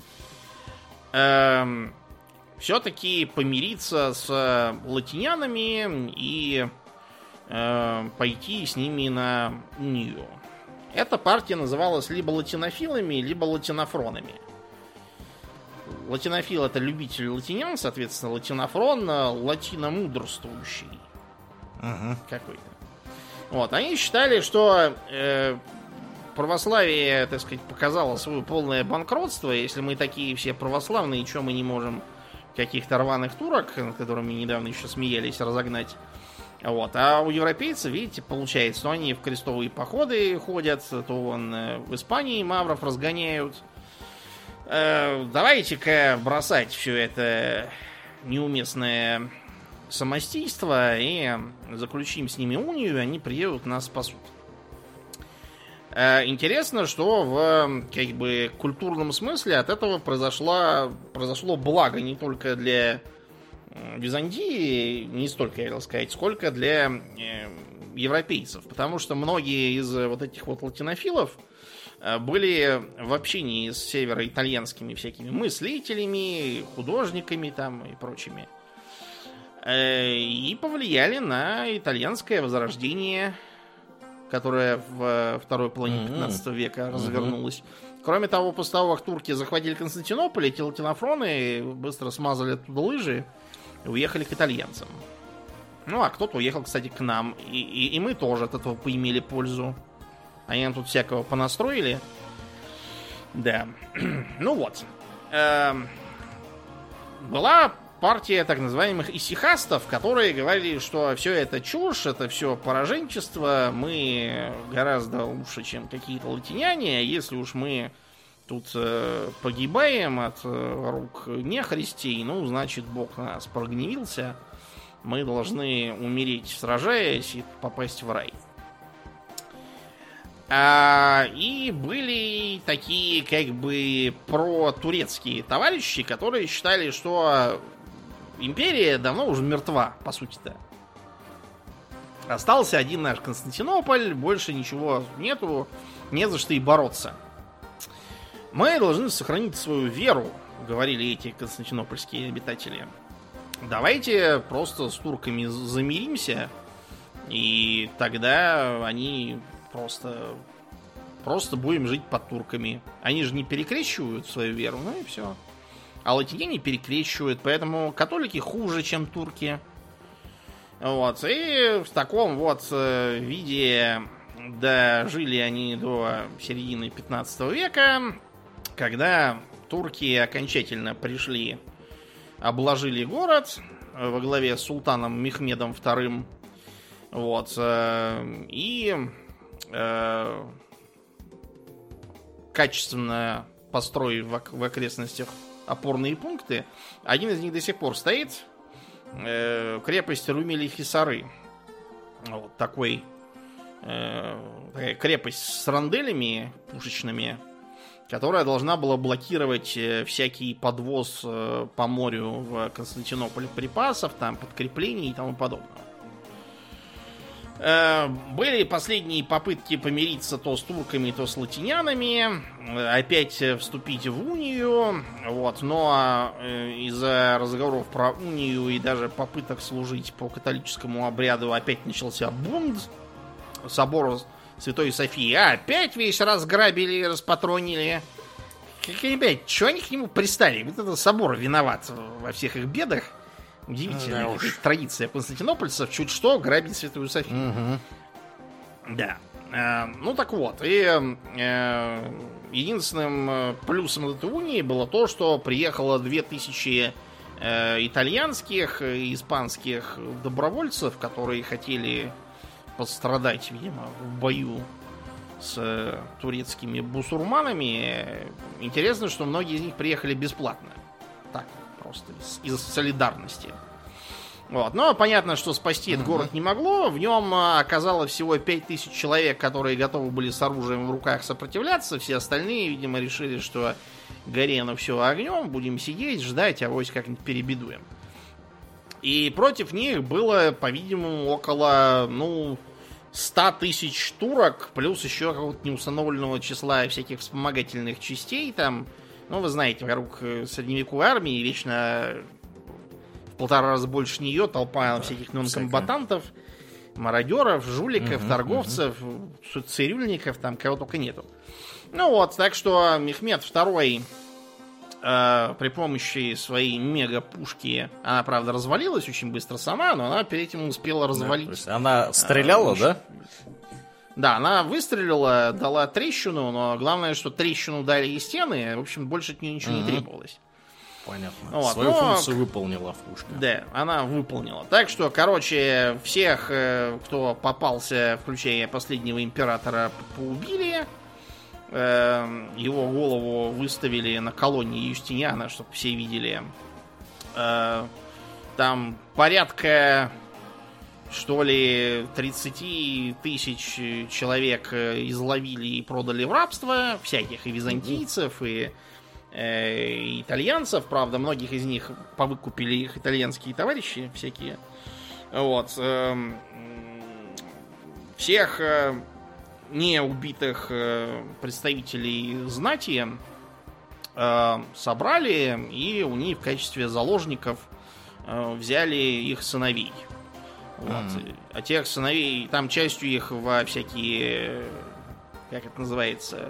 Эм, все-таки помириться с латинянами и э, пойти с ними на унию. Эта партия называлась либо латинофилами, либо латинофронами. Латинофил — это любитель латинян, соответственно, латинофрон — латиномудрствующий. Uh-huh. Какой-то. Вот, они считали, что э, православие, так сказать, показало свое полное банкротство. Если мы такие все православные, что мы не можем каких-то рваных турок, над которыми недавно еще смеялись, разогнать? Вот. А у европейцев, видите, получается, что они в крестовые походы ходят, то вон в Испании мавров разгоняют. Э, давайте-ка бросать все это неуместное самостийство и заключим с ними унию, и они приедут, нас спасут. Э, интересно, что в как бы культурном смысле от этого произошло, произошло благо не только для Византии, не столько, я хотел сказать, сколько для э, европейцев. Потому что многие из вот этих вот латинофилов э, были в общении с североитальянскими всякими мыслителями, художниками там и прочими. Э, и повлияли на итальянское возрождение, которое в второй половине пятнадцатого века развернулось. Кроме того, после того, как турки захватили Константинополь, эти латинофроны быстро смазали оттуда лыжи и уехали к итальянцам. Ну, а кто-то уехал, кстати, к нам. И, и, и мы тоже от этого поимели пользу. Они нам тут всякого понастроили. Да. Ну вот. Эм, была партия так называемых исихастов, которые говорили, что все это чушь, это все пораженчество, мы гораздо лучше, чем какие-то латиняне. Если уж мы тут э, погибаем от э, рук нехристей, ну, значит, Бог на нас прогневился. Мы должны умереть, сражаясь, и попасть в рай. А, и были такие, как бы, протурецкие товарищи, которые считали, что империя давно уже мертва, по сути-то. Остался один наш Константинополь, больше ничего нету. не за что и бороться. Мы должны сохранить свою веру, говорили эти константинопольские обитатели. Давайте просто с турками замиримся, и тогда они просто, просто будем жить под турками. Они же не перекрещивают свою веру, ну и все. А латиняне перекрещивают, поэтому католики хуже, чем турки. Вот. И в таком вот виде дожили они до середины пятнадцатого века, когда турки окончательно пришли, обложили город во главе с султаном Мехмедом вторым. Вот. И э, качественно построив в окрестностях опорные пункты. Один из них до сих пор стоит. Э, крепость Румели-Хисары. Вот такой э, такая крепость с ронделями пушечными, которая должна была блокировать всякий подвоз э, по морю в Константинополь припасов, там подкреплений и тому подобного. Э, были последние попытки помириться то с турками, то с латинянами, опять вступить в унию, вот, но э, из-за разговоров про унию и даже попыток служить по католическому обряду опять начался бунт. Собор Святой Софии опять весь разграбили и распатронили. Как опять, чего они к нему пристали? Вот этот собор виноват во всех их бедах. Удивительная да традиция константинопольцев, чуть что грабить Святую Софию. Угу. Да. Э, ну так вот. И э, единственным плюсом этой унии было то, что приехало две тысячи э, итальянских и испанских добровольцев, которые хотели пострадать, видимо, в бою с турецкими бусурманами. Интересно, что многие из них приехали бесплатно. Так, просто из, из солидарности. Вот. Но понятно, что спасти этот город не могло. В нем оказалось всего пять тысяч человек, которые готовы были с оружием в руках сопротивляться. Все остальные, видимо, решили, что горено все огнем, будем сидеть, ждать, а авось как-нибудь перебедуем. И против них было, по-видимому, около, ну, ста тысяч турок, плюс еще какого-то неустановленного числа всяких вспомогательных частей. Там, ну, вы знаете, вокруг средневековой армии вечно в полтора раза больше нее толпа всяких нонкомбатантов, мародеров, жуликов, угу, торговцев, угу. цирюльников, там кого только нету. Ну вот, так что Мехмед второй э, при помощи своей мега-пушки, она, правда, развалилась очень быстро сама, но она перед этим успела развалить. Да, то есть она стреляла, э, да? Да, она выстрелила, дала трещину, но главное, что трещину дали и стены, в общем, больше от нее ничего угу. не требовалось. Понятно. Вот, свою но... функцию выполнила пушка. Да, она выполнила. Так что, короче, всех, кто попался, включая последнего императора, поубили. Его голову выставили на колонне Юстиниана, чтобы все видели. Там порядка, что ли, тридцать тысяч человек изловили и продали в рабство. Всяких и византийцев, и и итальянцев, правда, многих из них повыкупили их итальянские товарищи всякие. Вот. Всех не убитых представителей знати собрали, и у них в качестве заложников взяли их сыновей. Вот. Mm. А тех сыновей, там частью их во всякие, как это называется,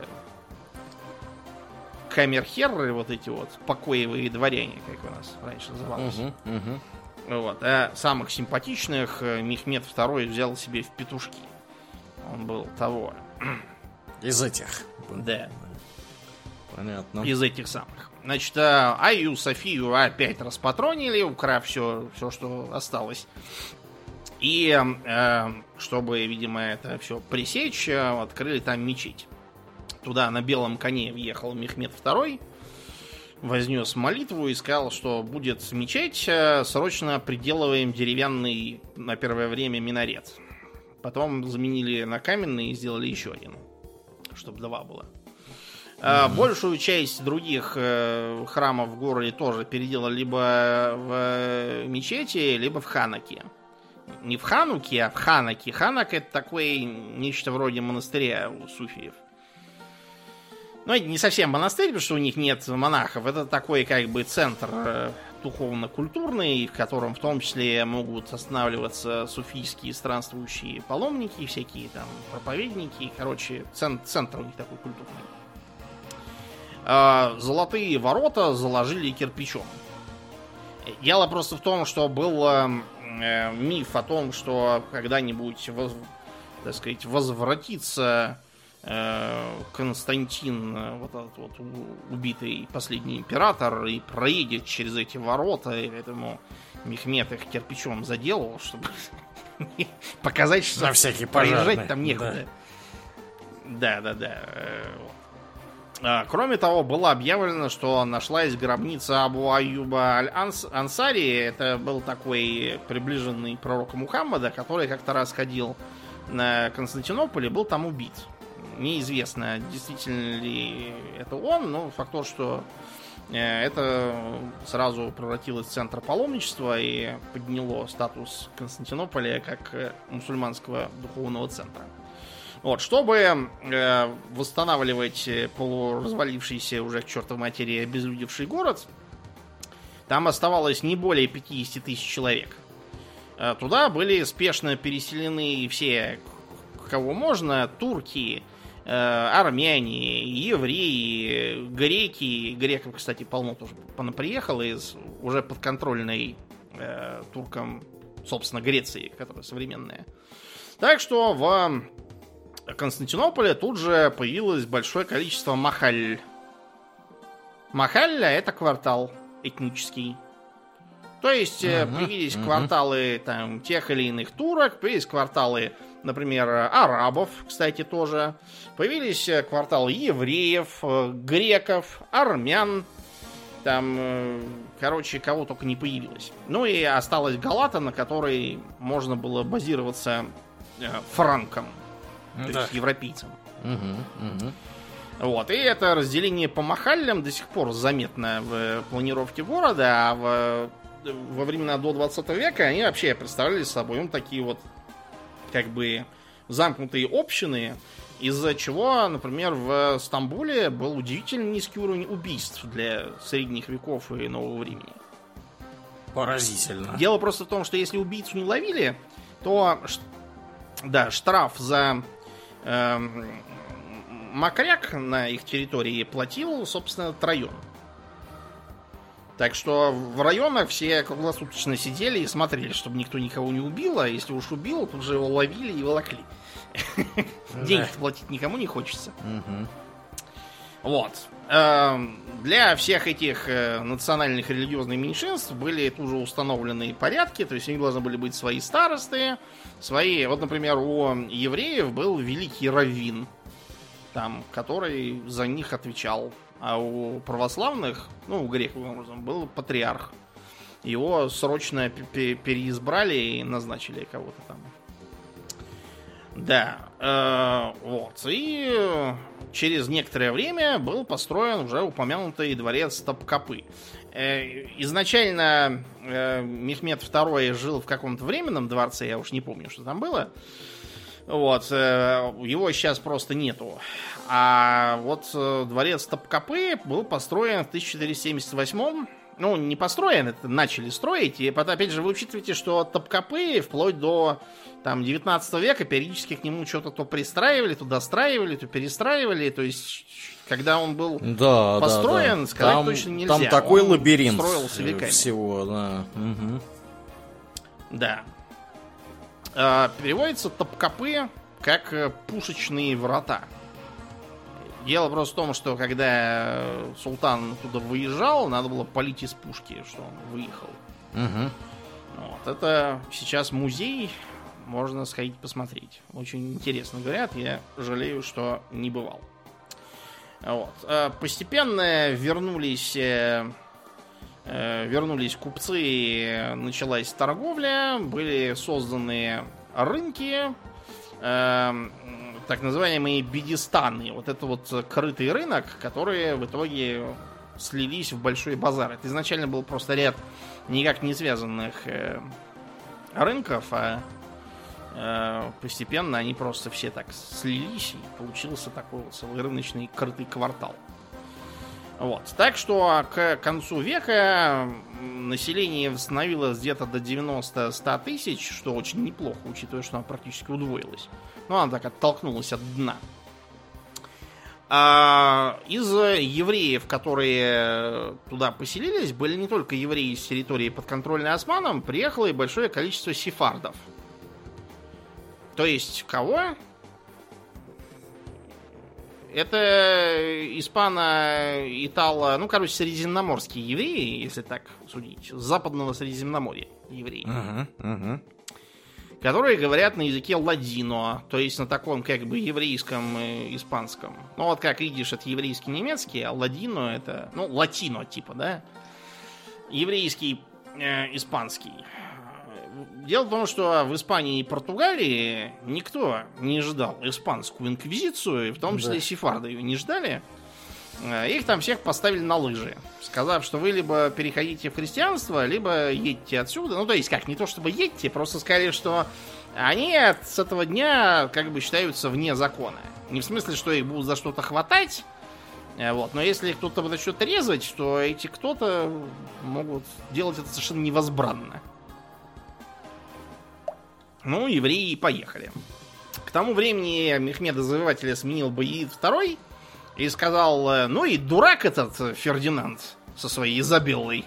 камерхерры, вот эти вот покоевые дворяне, как у нас раньше называлось. Uh-huh, uh-huh. Вот. А самых симпатичных Мехмед второй взял себе в петушки. Он был того. Из этих. Да. Понятно. Из этих самых. Значит, Айю Софию опять распатронили, украв все, все, что осталось. И чтобы, видимо, это все пресечь, открыли там мечеть. Туда на белом коне въехал Мехмед второй, вознес молитву и сказал, что будет мечеть, срочно приделываем деревянный на первое время минарет. Потом заменили на каменный и сделали еще один, чтобы два было. Mm-hmm. Большую часть других храмов в городе тоже переделали либо в мечети, либо в ханаке. Не в Хануке, а в Ханаке. Ханак — это такое нечто вроде монастыря у суфиев. Ну, это не совсем монастырь, потому что у них нет монахов. Это такой, как бы, центр духовно-культурный, в котором в том числе могут останавливаться суфийские странствующие паломники, всякие там проповедники. Короче, центр, центр у них такой культурный. Золотые ворота заложили кирпичом. Дело просто в том, что был э, миф о том, что когда-нибудь, воз, так сказать, возвратится э, Константин, вот этот вот убитый последний император, и проедет через эти ворота, и поэтому Мехмед их кирпичом заделал, чтобы показать, что на всякий проезжать там некуда. Да, да, да. Кроме того, было объявлено, что нашлась гробница Абу Аюба Аль-Ансари. Это был такой приближенный пророка Мухаммада, который как-то раз ходил на Константинополь и был там убит. Неизвестно, действительно ли это он, но факт то, что это сразу превратилось в центр паломничества и подняло статус Константинополя как мусульманского духовного центра. Вот, чтобы э, восстанавливать полуразвалившийся уже к чертовой матери обезлюдевший город, там оставалось не более пятьдесят тысяч человек. Э, туда были спешно переселены все, кого можно, турки, э, армяне, евреи, греки. Греков, кстати, полно тоже приехало из уже подконтрольной э, туркам, собственно, Греции, которая современная. Так что в Константинополе тут же появилось большое количество махаль. Махалля — это квартал этнический. То есть uh-huh, появились uh-huh. кварталы там, тех или иных турок, появились кварталы, например, арабов, кстати, тоже. Появились кварталы евреев, греков, армян. Там, короче, кого только не появилось. Ну и осталась Галата, на которой можно было базироваться франкам. То да. есть европейцам. Угу, угу. Вот. И это разделение по махаллям до сих пор заметно в планировке города, а в, во времена до двадцатого века они вообще представляли собой ну, такие вот как бы замкнутые общины, из-за чего, например, в Стамбуле был удивительно низкий уровень убийств для средних веков и нового времени. Поразительно. Дело просто в том, что если убийцу не ловили, то да, штраф за макряк на их территории платил, собственно, район. Так что в районах все круглосуточно сидели и смотрели, чтобы никто никого не убил, а если уж убил, тут же его ловили и волокли. Денег платить никому не хочется. Вот. Для всех этих национальных религиозных меньшинств были тут же установлены порядки, то есть у них должны были быть свои старосты, свои... Вот, например, у евреев был великий раввин, там, который за них отвечал, а у православных, ну, у греков, был патриарх. Его срочно переизбрали и назначили кого-то там. Да, э, вот. И через некоторое время был построен уже упомянутый дворец Топкапы. Э, изначально э, Мехмед второй жил в каком-то временном дворце, я уж не помню, что там было. Вот, э, его сейчас просто нету. А вот э, дворец Топкапы был построен в тысяча четыреста семьдесят восьмом. Ну, не построен, это начали строить. И потом, опять же, вы учитываете, что Топкапы вплоть до там, девятнадцатого века периодически к нему что-то то пристраивали, то достраивали, то перестраивали. То есть, когда он был да, построен, да, да. сказать там, точно нельзя. Там такой он лабиринт строился веками. Всего, да. Угу. Да. А, переводится Топкапы как пушечные врата. Дело просто в том, что когда султан туда выезжал, надо было палить из пушки, что он выехал. Угу. Вот. Это сейчас музей, можно сходить посмотреть. Очень интересно говорят, я жалею, что не бывал. Вот. Постепенно вернулись, вернулись купцы, началась торговля, были созданы рынки, так называемые бедистаны. Вот это вот крытый рынок, которые в итоге слились в большой базар. Это изначально был просто ряд никак не связанных э, рынков, а постепенно они просто все так слились, и получился такой вот целый рыночный крытый квартал. Вот. Так что к концу века население восстановилось где-то до девяноста-ста тысяч, что очень неплохо, учитывая, что оно практически удвоилось. Но она так оттолкнулась от дна. А из евреев, которые туда поселились, были не только евреи из территории, подконтрольной османам, приехало и большое количество сефардов. То есть кого? Это испано-итало, ну, короче, средиземноморские евреи, если так судить, с западного Средиземноморья евреи. Uh-huh, uh-huh. Которые говорят на языке ладино, то есть на таком как бы еврейском и испанском. Ну вот как идиш это еврейский немецкий, а ладино это, ну, латино типа, да? Еврейский э, испанский. Дело в том, что в Испании и Португалии никто не ждал испанскую инквизицию, и в том числе да. Сефарды ее не ждали. Их там всех поставили на лыжи, сказав, что вы либо переходите в христианство, либо едете отсюда. Ну, то есть, как, не то чтобы едете, просто сказали, что они с этого дня как бы считаются вне закона. Не в смысле, что их будут за что-то хватать, вот, но если кто-то будет что-то резать, то эти кто-то могут делать это совершенно невозбранно. Ну, евреи поехали. К тому времени Мехмеда Завоевателя сменил Баязид второй и сказал, ну и дурак этот Фердинанд со своей Изабеллой.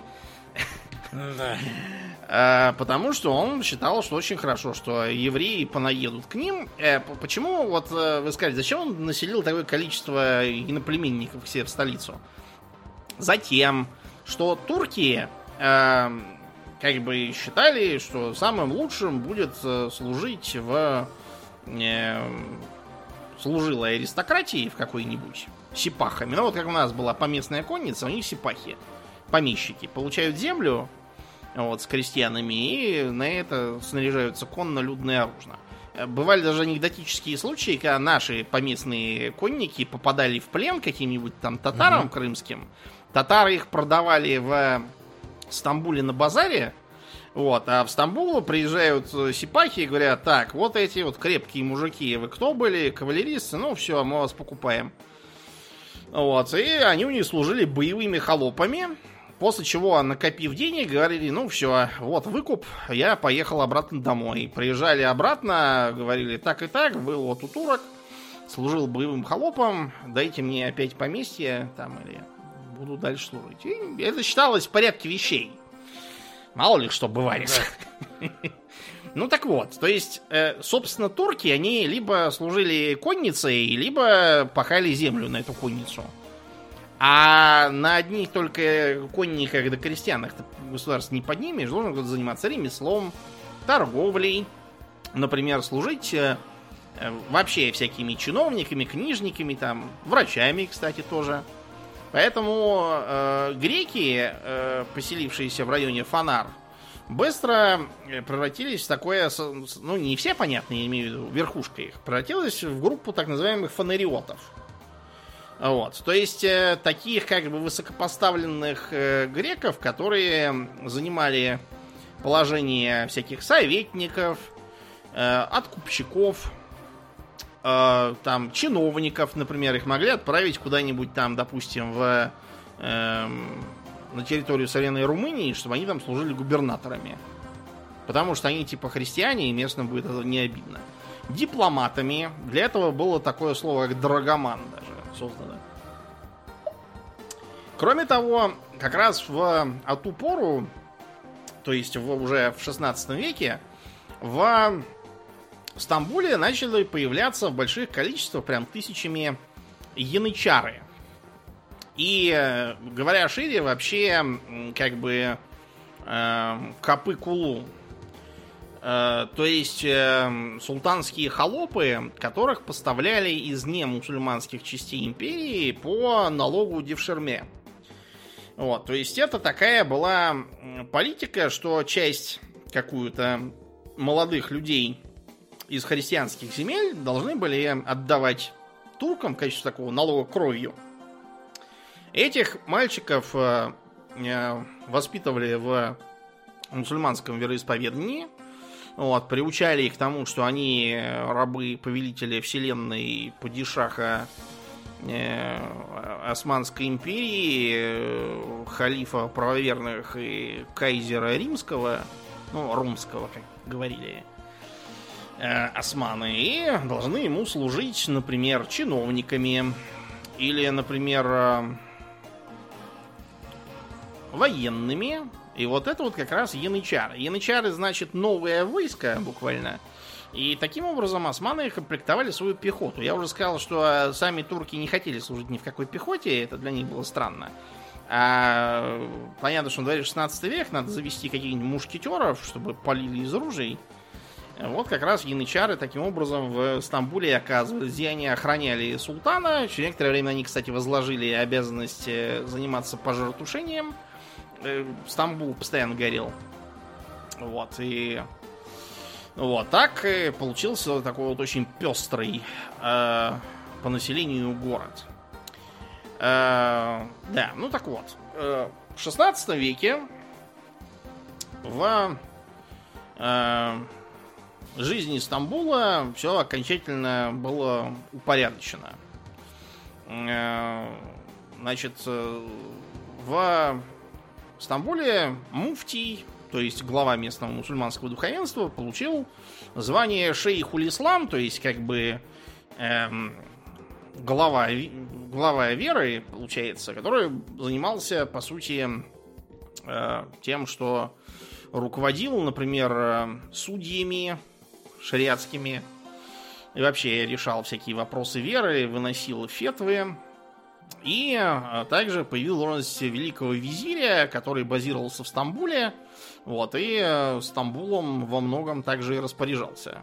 Да. Потому что он считал, что очень хорошо, что евреи понаедут к ним. Почему, вот вы сказали, зачем он населил такое количество иноплеменников к себе в столицу? Затем, что турки как бы считали, что самым лучшим будет служить в э, служилой аристократии в какой-нибудь сипахами. Ну вот как у нас была поместная конница, у них сипахи, помещики, получают землю вот, с крестьянами и на это снаряжаются конно-людно и оружно. Бывали даже анекдотические случаи, когда наши поместные конники попадали в плен каким-нибудь там татарам угу. крымским. Татары их продавали в Стамбуле на базаре, вот, а в Стамбул приезжают сипахи и говорят, так, вот эти вот крепкие мужики, вы кто были? Кавалеристы? Ну все, мы вас покупаем. Вот, и они у них служили боевыми холопами, после чего, накопив денег, говорили, ну все, вот выкуп, я поехал обратно домой. Приезжали обратно, говорили, так и так, был вот у турок, служил боевым холопом, дайте мне опять поместье, там, или... буду дальше служить. И это считалось в порядке вещей. Мало ли что бывает. Да. Ну так вот, то есть, собственно, турки, они либо служили конницей, либо пахали землю на эту конницу. А на одних только конниках да крестьянах государство не поднимешь, должен кто-то заниматься ремеслом, торговлей, например, служить вообще всякими чиновниками, книжниками, там, врачами, кстати, тоже. Поэтому э, греки, э, поселившиеся в районе Фанар, быстро превратились в такое, ну не все, понятно, я имею в виду, верхушка их, превратилась в группу так называемых фанариотов. Вот, то есть э, таких как бы высокопоставленных э, греков, которые занимали положение всяких советников, э, откупщиков, там чиновников, например, их могли отправить куда-нибудь там, допустим, в, э, на территорию современной Румынии, чтобы они там служили губернаторами. Потому что они типа христиане, и местным будет это не обидно. Дипломатами. Для этого было такое слово, как драгоман даже создано. Кроме того, как раз в эту пору, то есть в, уже в шестнадцатом веке, в В Стамбуле начали появляться в больших количествах, прям тысячами, янычары. И, говоря шире, вообще, как бы, э, копы-кулу. Э, то есть, э, султанские холопы, которых поставляли из немусульманских частей империи по налогу девшерме. Вот, то есть, это такая была политика, что часть какую-то молодых людей из христианских земель должны были отдавать туркам в качестве такого налога кровью. Этих мальчиков э, воспитывали в мусульманском вероисповедании. Вот, приучали их к тому, что они рабы повелителя вселенной падишаха э, Османской империи, э, халифа правоверных и кайзера римского, ну, румского, как говорили э, османы, и должны ему служить, например, чиновниками или, например, э, военными. И вот это вот как раз янычары. Янычары, значит, новое войско, буквально. И таким образом османы комплектовали свою пехоту. Я уже сказал, что сами турки не хотели служить ни в какой пехоте, это для них было странно. А понятно, что на дворе шестнадцатый век, надо завести каких-нибудь мушкетеров, чтобы полили из ружей. Вот как раз янычары таким образом в Стамбуле оказывались, где они охраняли султана. Через некоторое время они, кстати, возложили обязанность заниматься пожаротушением. Стамбул постоянно горел. Вот, и... Вот, так и получился такой вот очень пестрый э, по населению город. Э, да, ну так вот. Э, в шестнадцатом веке в э, жизни Стамбула все окончательно было упорядочено. Э, значит, в Стамбуле муфтий, то есть глава местного мусульманского духовенства, получил звание шейхуль-ислам, то есть как бы эм, глава, глава веры, получается, который занимался, по сути, э, тем, что руководил, например, судьями шариатскими, и вообще решал всякие вопросы веры, выносил фетвы. И также появилась должность великого визиря, который базировался в Стамбуле. Вот, и Стамбулом во многом также и распоряжался.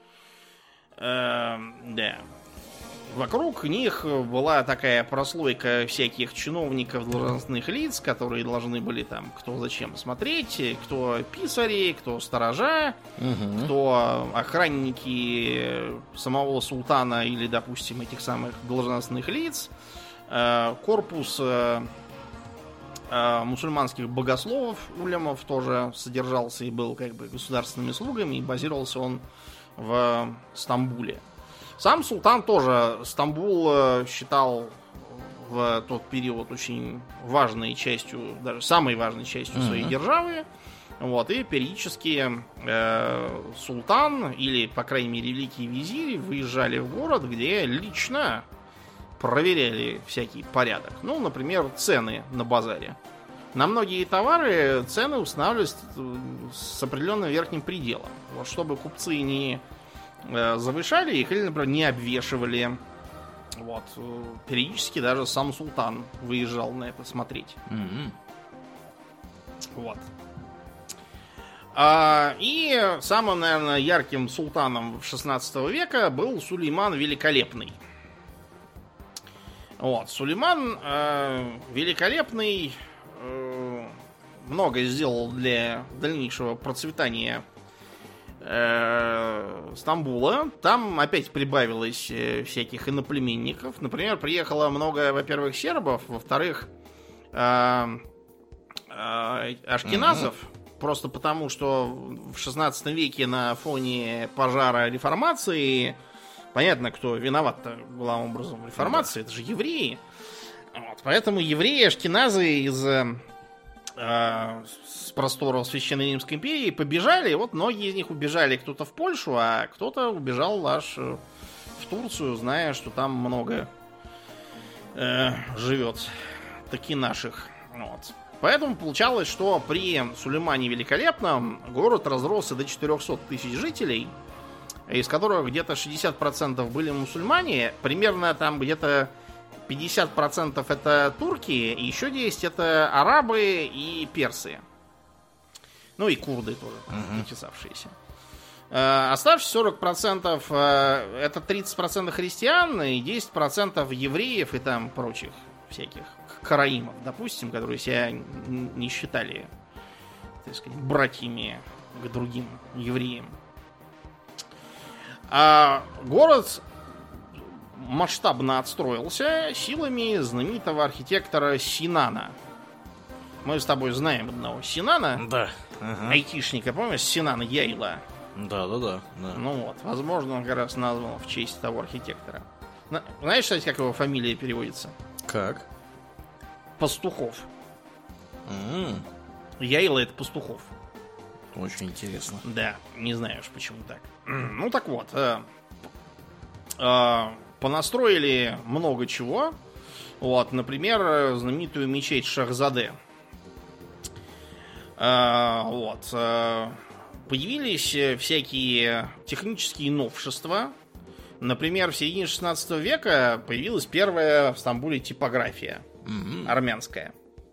Э, да. Вокруг них была такая прослойка всяких чиновников, должностных лиц, которые должны были там кто зачем смотреть, кто писари, кто сторожа, угу. кто охранники самого султана или, допустим, этих самых должностных лиц. Корпус э, э, мусульманских богословов, улемов, тоже содержался и был как бы государственными слугами, и базировался он в Стамбуле. Сам султан тоже Стамбул считал в тот период очень важной частью, даже самой важной частью mm-hmm. своей державы. Вот, и периодически э, султан или, по крайней мере, великий визирь выезжали в город, где лично проверяли всякий порядок. Ну, например, цены на базаре. На многие товары цены устанавливались с определенным верхним пределом. Вот, чтобы купцы не э, завышали их или, например, не обвешивали. Вот. Периодически даже сам султан выезжал на это смотреть. Mm-hmm. Вот. А, и самым, наверное, ярким султаном шестнадцатого века был Сулейман Великолепный. Вот, Сулейман э, Великолепный э, многое сделал для дальнейшего процветания э, Стамбула. Там опять прибавилось э, всяких иноплеменников. Например, приехало много, во-первых, сербов, во-вторых, э, э, ашкеназов. Mm-hmm. Просто потому, что в шестнадцатом веке на фоне пожара реформации... Понятно, кто виноват-то главным образом в реформации, это же евреи. Вот, поэтому евреи, ашкеназы из э, с просторов Священной Римской империи побежали. Вот многие из них убежали, кто-то в Польшу, а кто-то убежал аж в Турцию, зная, что там много э, живет таки наших. Вот. Поэтому получалось, что при Сулеймане Великолепном город разросся до четырехсот тысяч жителей, из которых где-то шестьдесят процентов были мусульмане, примерно там где-то пятьдесят процентов это турки, и еще десять это арабы и персы. Ну и курды тоже, uh-huh. притесавшиеся. Э, оставшиеся сорок процентов э, это тридцать процентов христиан и десять процентов евреев и там прочих всяких караимов, допустим, которые себя не считали, так сказать, братьями к другим евреям. А город масштабно отстроился силами знаменитого архитектора Синана. Мы с тобой знаем одного Синана. Да. Ага. Айтишника, помнишь? Синана Яйла. Да-да-да. Да. Ну вот, возможно, он как раз назван в честь того архитектора. Знаешь, кстати, как его фамилия переводится? Как? Пастухов. М-м. Яйла — это Пастухов. Очень интересно. Да, не знаю уж почему так. Ну так вот, э, э, понастроили много чего. Вот, например, знаменитую мечеть Шахзаде. Э, вот. Э, появились всякие технические новшества. Например, в середине шестнадцатого века появилась первая в Стамбуле типография. Mm-hmm. Армянская.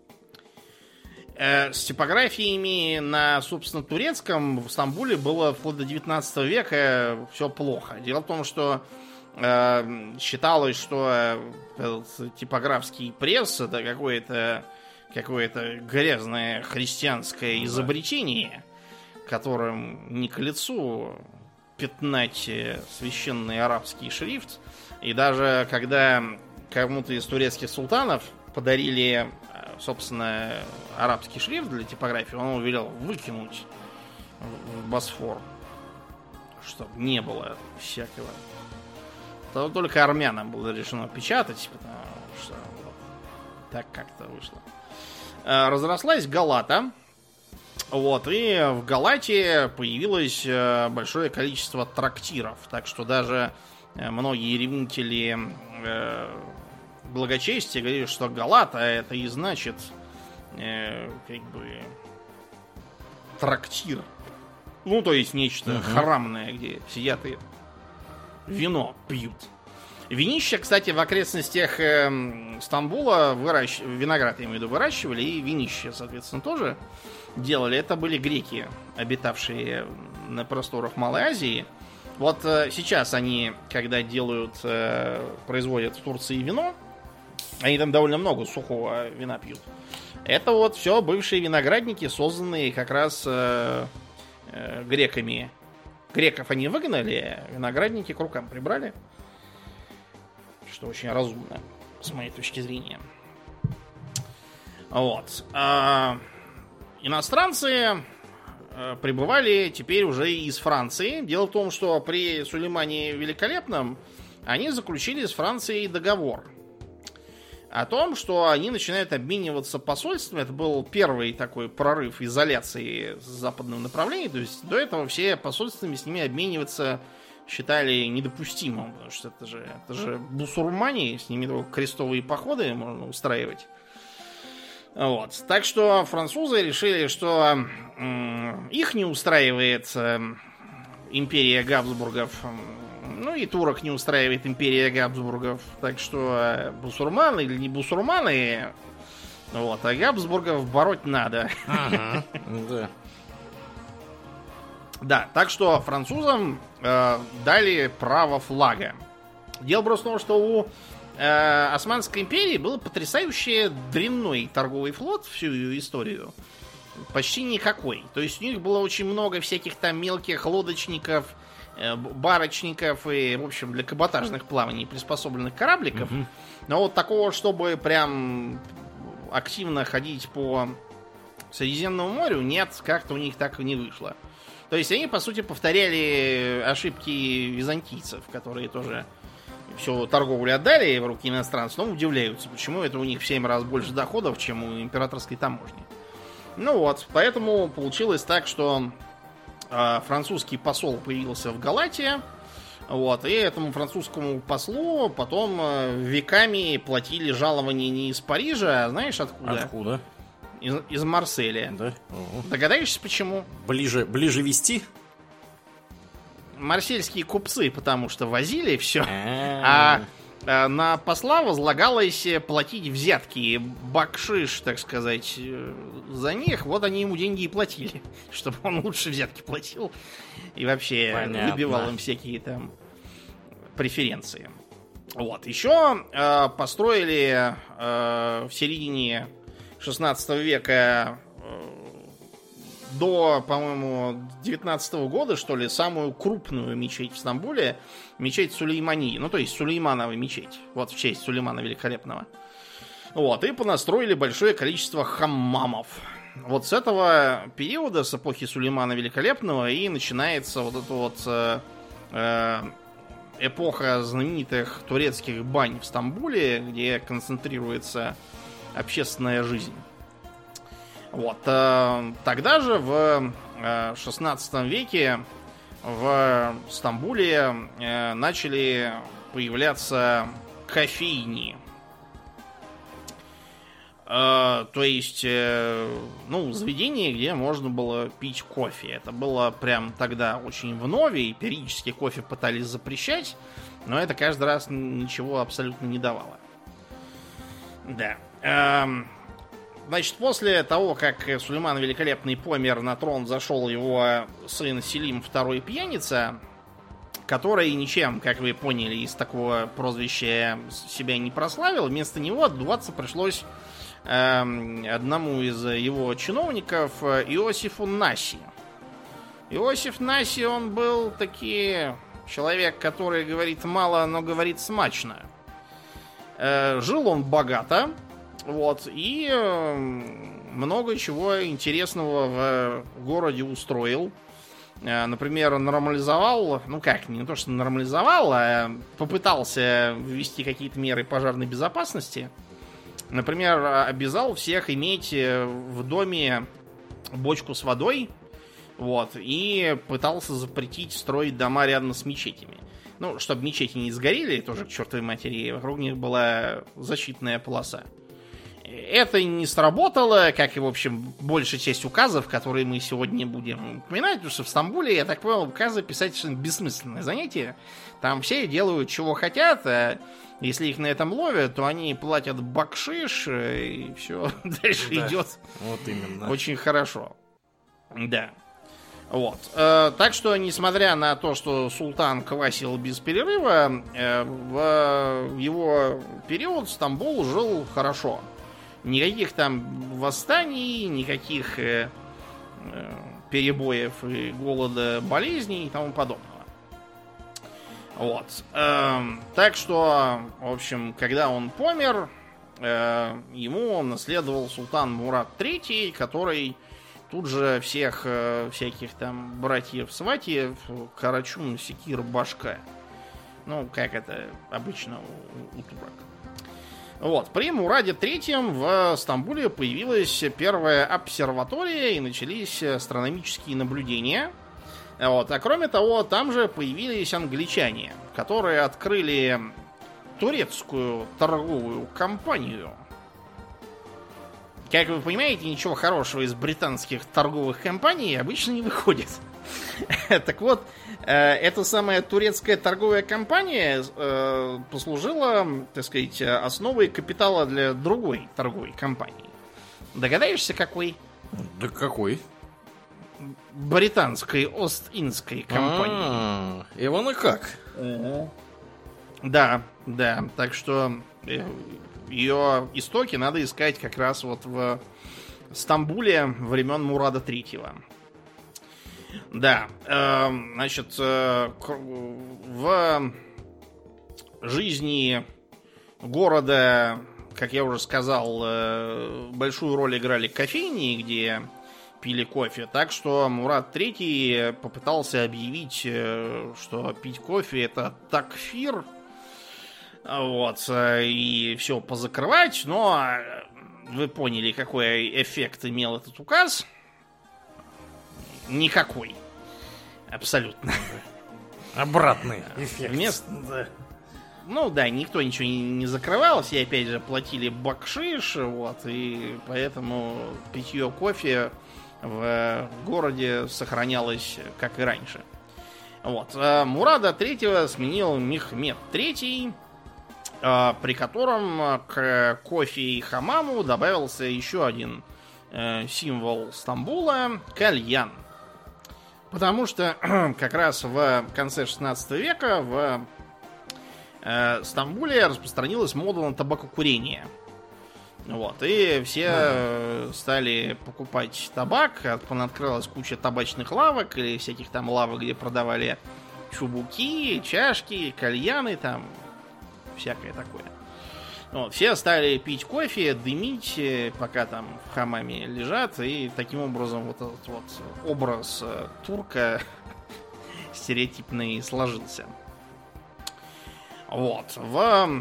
С типографиями на, собственно, турецком в Стамбуле было вплоть до девятнадцатого века все плохо. Дело в том, что э, считалось, что этот типографский пресс — это какое-то какое-то грязное христианское изобретение, которым не к лицу пятнать священный арабский шрифт. И даже когда кому-то из турецких султанов подарили, собственно, арабский шрифт для типографии, он велел выкинуть в Босфор, чтобы не было всякого. То только армянам было решено печатать, потому что вот, так как-то вышло. Разрослась Галата. Вот, и в Галате появилось большое количество трактиров. Так что даже многие ревнители благочестия говорили, что Галата — это и значит э, как бы трактир. Ну, то есть нечто uh-huh. харамное, где сидят и вино пьют. Винище, кстати, в окрестностях э, Стамбула выращ... виноград, я имею в виду, выращивали, и винище, соответственно, тоже делали. Это были греки, обитавшие на просторах Малой Азии. Вот э, сейчас они, когда делают, э, производят в Турции вино, они там довольно много сухого вина пьют. Это вот все бывшие виноградники, созданные как раз э, э, греками. Греков они выгнали, виноградники к рукам прибрали. Что очень разумно, с моей точки зрения. Вот. А иностранцы э, прибывали теперь уже из Франции. Дело в том, что при Сулеймане Великолепном они заключили с Францией договор о том, что они начинают обмениваться посольствами. Это был первый такой прорыв изоляции с западным направлением. То есть до этого все посольствами с ними обмениваться считали недопустимым, потому что это же, это же бусурмане, с ними только крестовые походы можно устраивать. Вот. Так что французы решили, что м- их не устраивает э, империя Габсбургов. Ну и турок не устраивает империя Габсбургов. Так что бусурманы или не бусурманы, вот, а Габсбургов бороть надо. Ага, да. Да, так что французам э, дали право флага. Дело просто в том, что у э, Османской империи был потрясающе дрянной торговый флот всю ее историю. Почти никакой. То есть у них было очень много всяких там мелких лодочников, барочников и, в общем, для каботажных плаваний приспособленных корабликов. Mm-hmm. Но вот такого, чтобы прям активно ходить по Средиземному морю, нет, как-то у них так и не вышло. То есть они, по сути, повторяли ошибки византийцев, которые тоже всю торговлю отдали в руки иностранцев, но удивляются, почему это у них в семь раз больше доходов, чем у императорской таможни. Ну вот, поэтому получилось так, что французский посол появился в Галате, вот, и этому французскому послу потом веками платили жалования не из Парижа, а знаешь откуда? Откуда? Из, из Марселя. Да? Угу. Догадаешься, почему? Ближе, ближе вести? Марсельские купцы, потому что возили все, а на посла возлагалось платить взятки, бакшиш, так сказать, за них. Вот они ему деньги и платили, чтобы он лучше взятки платил и вообще Понятно. Выбивал им всякие там преференции. Вот. Еще э, построили э, в середине шестнадцатого века э, до, по-моему, девятнадцатого года, что ли, самую крупную мечеть в Стамбуле, мечеть Сулеймании, ну, то есть Сулейманова мечеть, вот в честь Сулеймана Великолепного. Вот, и понастроили большое количество хаммамов. вот с этого периода, с эпохи Сулеймана Великолепного, и начинается вот эта вот э, э, эпоха знаменитых турецких бань в Стамбуле, где концентрируется общественная жизнь. Вот. Э, тогда же, в э, шестнадцатом веке, в Стамбуле э, начали появляться кофейни. Э, то есть, э, ну, заведение, где можно было пить кофе. Это было прям тогда очень в нове, и периодически кофе пытались запрещать, но это каждый раз ничего абсолютно не давало. Да. Э, значит, после того, как Сулейман Великолепный помер, на трон зашел его сын Селим второй Пьяница, который ничем, как вы поняли, из такого прозвища себя не прославил. Вместо него отдуваться пришлось э, одному из его чиновников, Иосифу Наси. Иосиф Наси, он был таки человек, который говорит мало, но говорит смачно. Э, жил он богато, вот, и э, много чего интересного в городе устроил. Например, нормализовал, ну как, не то что нормализовал, а попытался ввести какие-то меры пожарной безопасности. Например, обязал всех иметь в доме бочку с водой, вот, и пытался запретить строить дома рядом с мечетями. Ну, чтобы мечети не сгорели, тоже к чертовой матери, вокруг них была защитная полоса. Это не сработало, как и, в общем, большая часть указов, которые мы сегодня будем упоминать, потому что в Стамбуле, я так понял, указы писать совершенно бессмысленное занятие. Там все делают, чего хотят, а если их на этом ловят, то они платят бакшиш, и все дальше да, идет вот именно. Очень хорошо. Да. Вот. Э, так что, несмотря на то, что султан квасил без перерыва, э, в его период Стамбул жил хорошо. Никаких там восстаний, никаких э, э, перебоев и голода, болезней и тому подобного. Вот. Э, так что, в общем, когда он помер, э, ему наследовал султан Мурад третий, который тут же всех э, всяких там братьев-сватьев Карачун, Секир, Башка. Ну, как это обычно у, у турок. Вот. При Мураде третьем в Стамбуле появилась первая обсерватория и начались астрономические наблюдения. Вот. А кроме того, там же появились англичане, которые открыли турецкую торговую компанию. Как вы понимаете, ничего хорошего из британских торговых компаний обычно не выходит. Так вот, эта самая турецкая торговая компания послужила, так сказать, основой капитала для другой торговой компании. Догадаешься, какой? Да какой? Британской Ост-Индской компании. А, и вон и как. Да, да. Так что ее истоки надо искать как раз вот в Стамбуле времен Мурада третьего. Да, э, значит, э, в жизни города, как я уже сказал, э, большую роль играли кофейни, где пили кофе. Так что Мурад третий попытался объявить, э, что пить кофе это такфир, вот, и все позакрывать, но вы поняли, какой эффект имел этот указ. Никакой. Абсолютно. Обратный эффект. Вместо... Да. Ну да, никто ничего не, не закрывал, все опять же платили бакшиш, вот, и поэтому питье кофе в городе сохранялось как и раньше. Вот. А Мурада третьего сменил Мехмед третий, при котором к кофе и хамаму добавился еще один символ Стамбула – кальян. Потому что как раз в конце шестнадцатого века в э, Стамбуле распространилась мода на табакокурение. Вот, и все ага. стали покупать табак. Открылась куча табачных лавок или всяких там лавок, где продавали чубуки, чашки, кальяны, там всякое такое. Вот, все стали пить кофе, дымить, пока там в хамаме лежат, и таким образом вот этот вот образ э, турка стереотипный сложился. Вот. В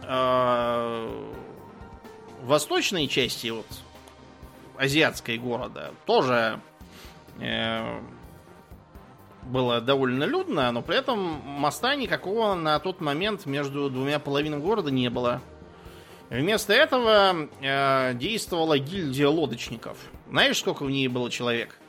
э, восточной части вот азиатской города тоже э, было довольно людно, но при этом моста никакого на тот момент между двумя половинами города не было. Вместо этого э, действовала гильдия лодочников. Знаешь, сколько в ней было человек?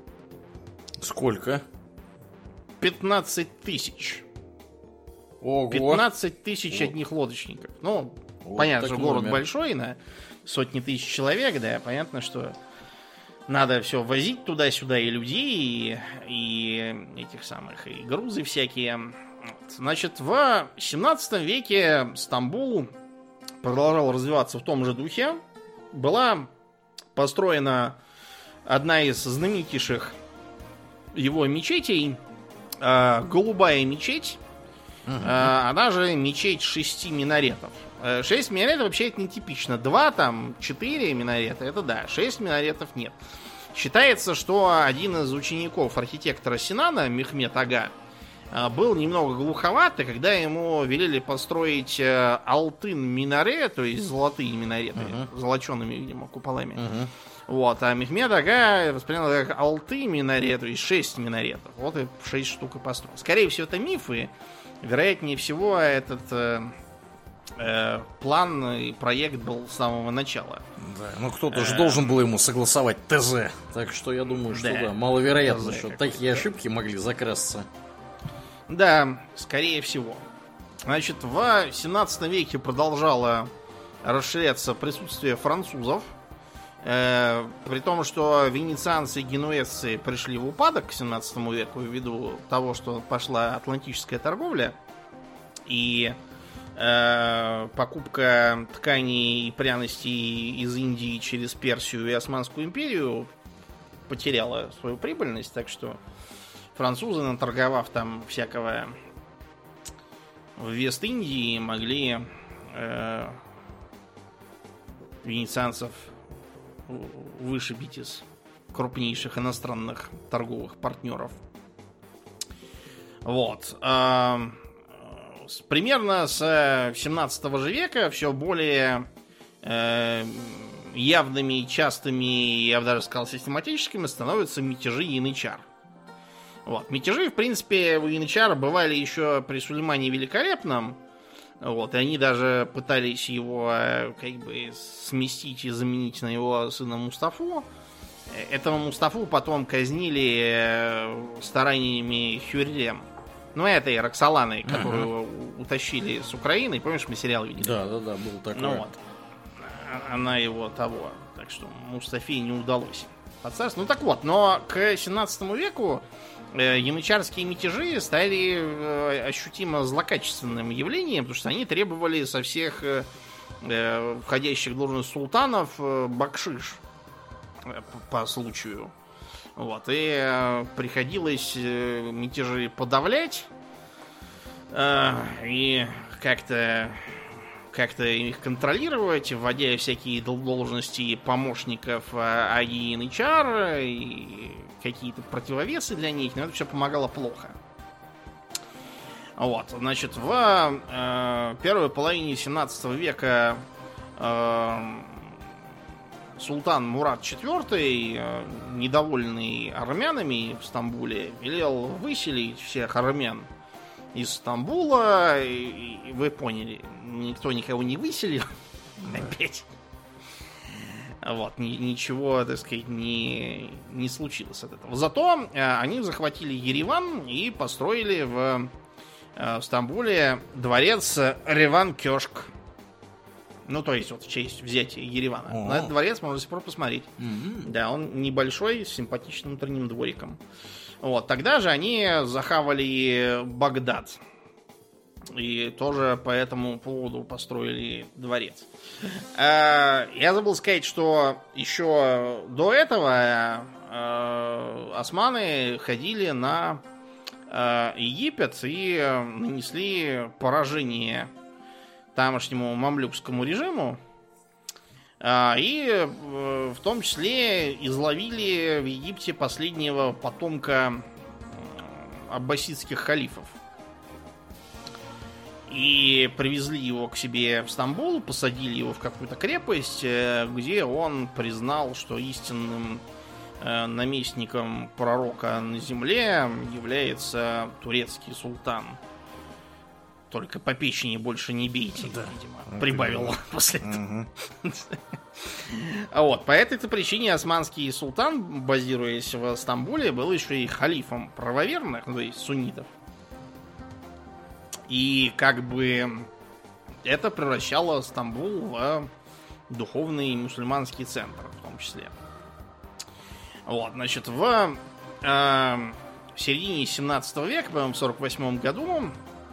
Сколько? пятнадцать тысяч. Ого. пятнадцать тысяч одних лодочников. Ну, вот понятно, что город номер. большой, на сотни тысяч человек, да, понятно, что надо все возить туда-сюда и людей, и, и этих самых, и грузы всякие. Значит, в семнадцатом веке Стамбул продолжал развиваться в том же духе. Была построена одна из знаменитейших его мечетей, э, Голубая мечеть. Uh-huh. Э, она же мечеть шести минаретов. Э, шесть минаретов вообще это нетипично. Два там, четыре минарета, это да. Шесть минаретов нет. Считается, что один из учеников архитектора Синана, Мехмед Ага, был немного глуховат, и когда ему велели построить алтын минаре, то есть золотые минареты, uh-huh. золочеными, видимо, куполами. Uh-huh. Вот, а Мехмед Ага воспринял это как алты минаре, то есть шесть минаретов. Вот и шесть штук и построил. Скорее всего, это мифы. Вероятнее всего, этот э, э, план и проект был с самого начала. Да, ну кто-то же должен был ему согласовать ТЗ. Так что я думаю, что да, да маловероятно, ТЗ что такие ошибки могли закрасться. Да, скорее всего. Значит, в семнадцатом веке продолжало расширяться присутствие французов. Э, при том, что венецианцы и генуэзцы пришли в упадок к семнадцатому веку ввиду того, что пошла атлантическая торговля. И э, покупка тканей и пряностей из Индии через Персию и Османскую империю потеряла свою прибыльность. Так что французы, наторговав там всякого в Вест-Индии, могли э, венецианцев вышибить из крупнейших иностранных торговых партнеров. Вот. Э, примерно с семнадцатого же века все более э, явными, частыми, я бы даже сказал, систематическими становятся мятежи янычар. Вот. Мятежи, в принципе, у янычар бывали еще при Сулеймане Великолепном. Вот. И они даже пытались его как бы сместить и заменить на его сына Мустафу. Этого Мустафу потом казнили стараниями Хюррем. Ну, этой Роксоланы, которую uh-huh. утащили с Украины. Помнишь, мы сериал видели? Да, да, да, был такой. Ну вот. Она его того. Так что Мустафе не удалось. Подцарство. Ну так вот, но к семнадцатому веку янычарские мятежи стали ощутимо злокачественным явлением, потому что они требовали со всех э, входящих в должность султанов э, бакшиш э, по, по случаю. Вот. И э, приходилось э, мятежи подавлять э, и как-то как-то их контролировать, вводя всякие должности помощников Аги Янычар и какие-то противовесы для них, но это все помогало плохо. Вот, значит, в э, первой половине семнадцатого века э, султан Мурад четвёртый, э, недовольный армянами в Стамбуле, велел выселить всех армян из Стамбула, и, и вы поняли, никто никого не выселил. Опять. Вот, ни, ничего, так сказать, не, не случилось от этого. Зато э, они захватили Ереван и построили в, э, в Стамбуле дворец Реван-Кёшк. Ну, то есть, вот в честь взятия Еревана. О-о-о. На этот дворец можно до сих пор посмотреть. Mm-hmm. Да, он небольшой, с симпатичным внутренним двориком. Вот, тогда же они захавали Багдад. И тоже по этому поводу построили дворец. Я забыл сказать, что еще до этого османы ходили на Египет и нанесли поражение тамошнему мамлюкскому режиму. И в том числе изловили в Египте последнего потомка аббасидских халифов. И привезли его к себе в Стамбул, посадили его в какую-то крепость, где он признал, что истинным наместником пророка на земле является турецкий султан. Только по печени больше не бейте, да, видимо. Прибавил он после этого. Вот, по этой-то причине османский султан, базируясь в Стамбуле, был еще и халифом правоверных, то есть суннитов. И как бы это превращало Стамбул в духовный мусульманский центр, в том числе. Вот, значит, в э, середине семнадцатого века, по-моему, в сорок восьмом году,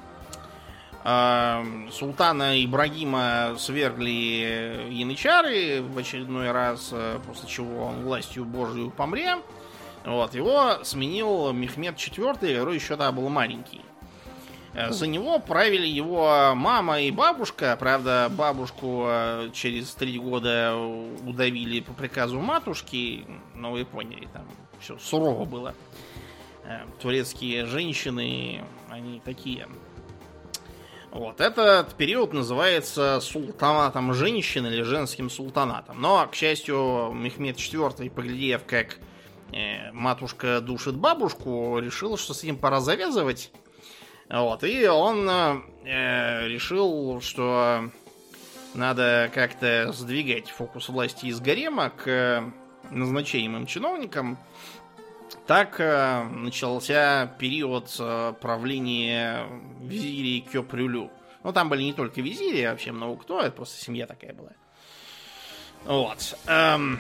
э, султана Ибрагима свергли янычары в очередной раз, после чего он властью Божию помре. Вот, его сменил Мехмед четвёртый, который еще тогда был маленький. За него правили его мама и бабушка. Правда, бабушку через три года удавили по приказу матушки. Но вы поняли, там все сурово было. Турецкие женщины, они такие. Вот, этот период называется султанатом женщин или женским султанатом. Но, к счастью, Мехмед четвёртый, поглядев, как матушка душит бабушку, решил, что с этим пора завязывать. Вот, и он э, решил, что надо как-то сдвигать фокус власти из гарема к назначаемым чиновникам. Так э, начался период э, правления визирей Кёпрюлю. Ну, там были не только визири, а вообще много кто, это просто семья такая была. Вот. Эм,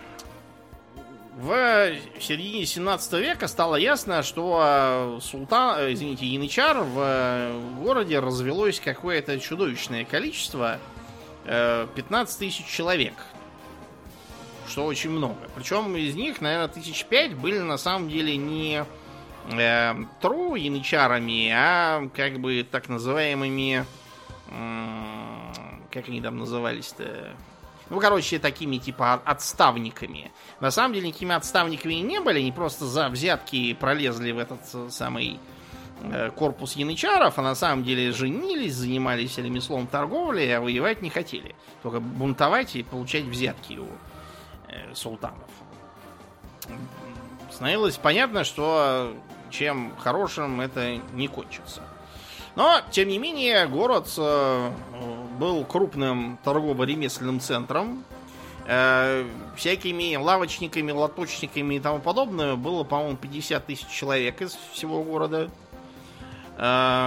В середине семнадцатого века стало ясно, что султан, извините, янычар в городе развелось какое-то чудовищное количество, пятнадцать тысяч человек, что очень много. Причем из них, наверное, тысяч пять были на самом деле не э, тру янычарами, а как бы так называемыми, э, как они там назывались-то... Ну, короче, такими типа отставниками. На самом деле, никакими отставниками не были. Они просто за взятки пролезли в этот самый э, корпус янычаров, а на самом деле женились, занимались ремеслом торговли, а воевать не хотели. Только бунтовать и получать взятки у э, султанов. Становилось понятно, что чем хорошим это не кончится. Но, тем не менее, город э, был крупным торгово-ремесленным центром. Э, всякими лавочниками, лоточниками и тому подобное было, по-моему, пятьдесят тысяч человек из всего города. Э,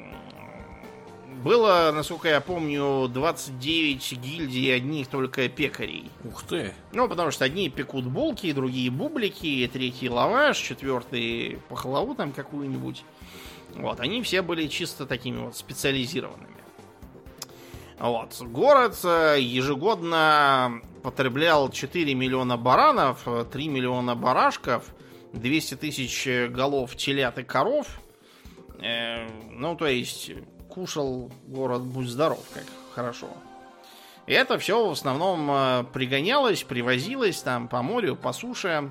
было, насколько я помню, двадцать девять гильдий одних только пекарей. Ух ты! Ну, потому что одни пекут булки, другие бублики, третий лаваш, четвертый пахлаву там какую-нибудь. Вот, они все были чисто такими вот специализированными. Вот. Город ежегодно потреблял четыре миллиона баранов, три миллиона барашков, двести тысяч голов телят и коров. Э, ну, то есть, кушал город, будь здоров, как хорошо. И это все в основном пригонялось, привозилось там по морю, по суше.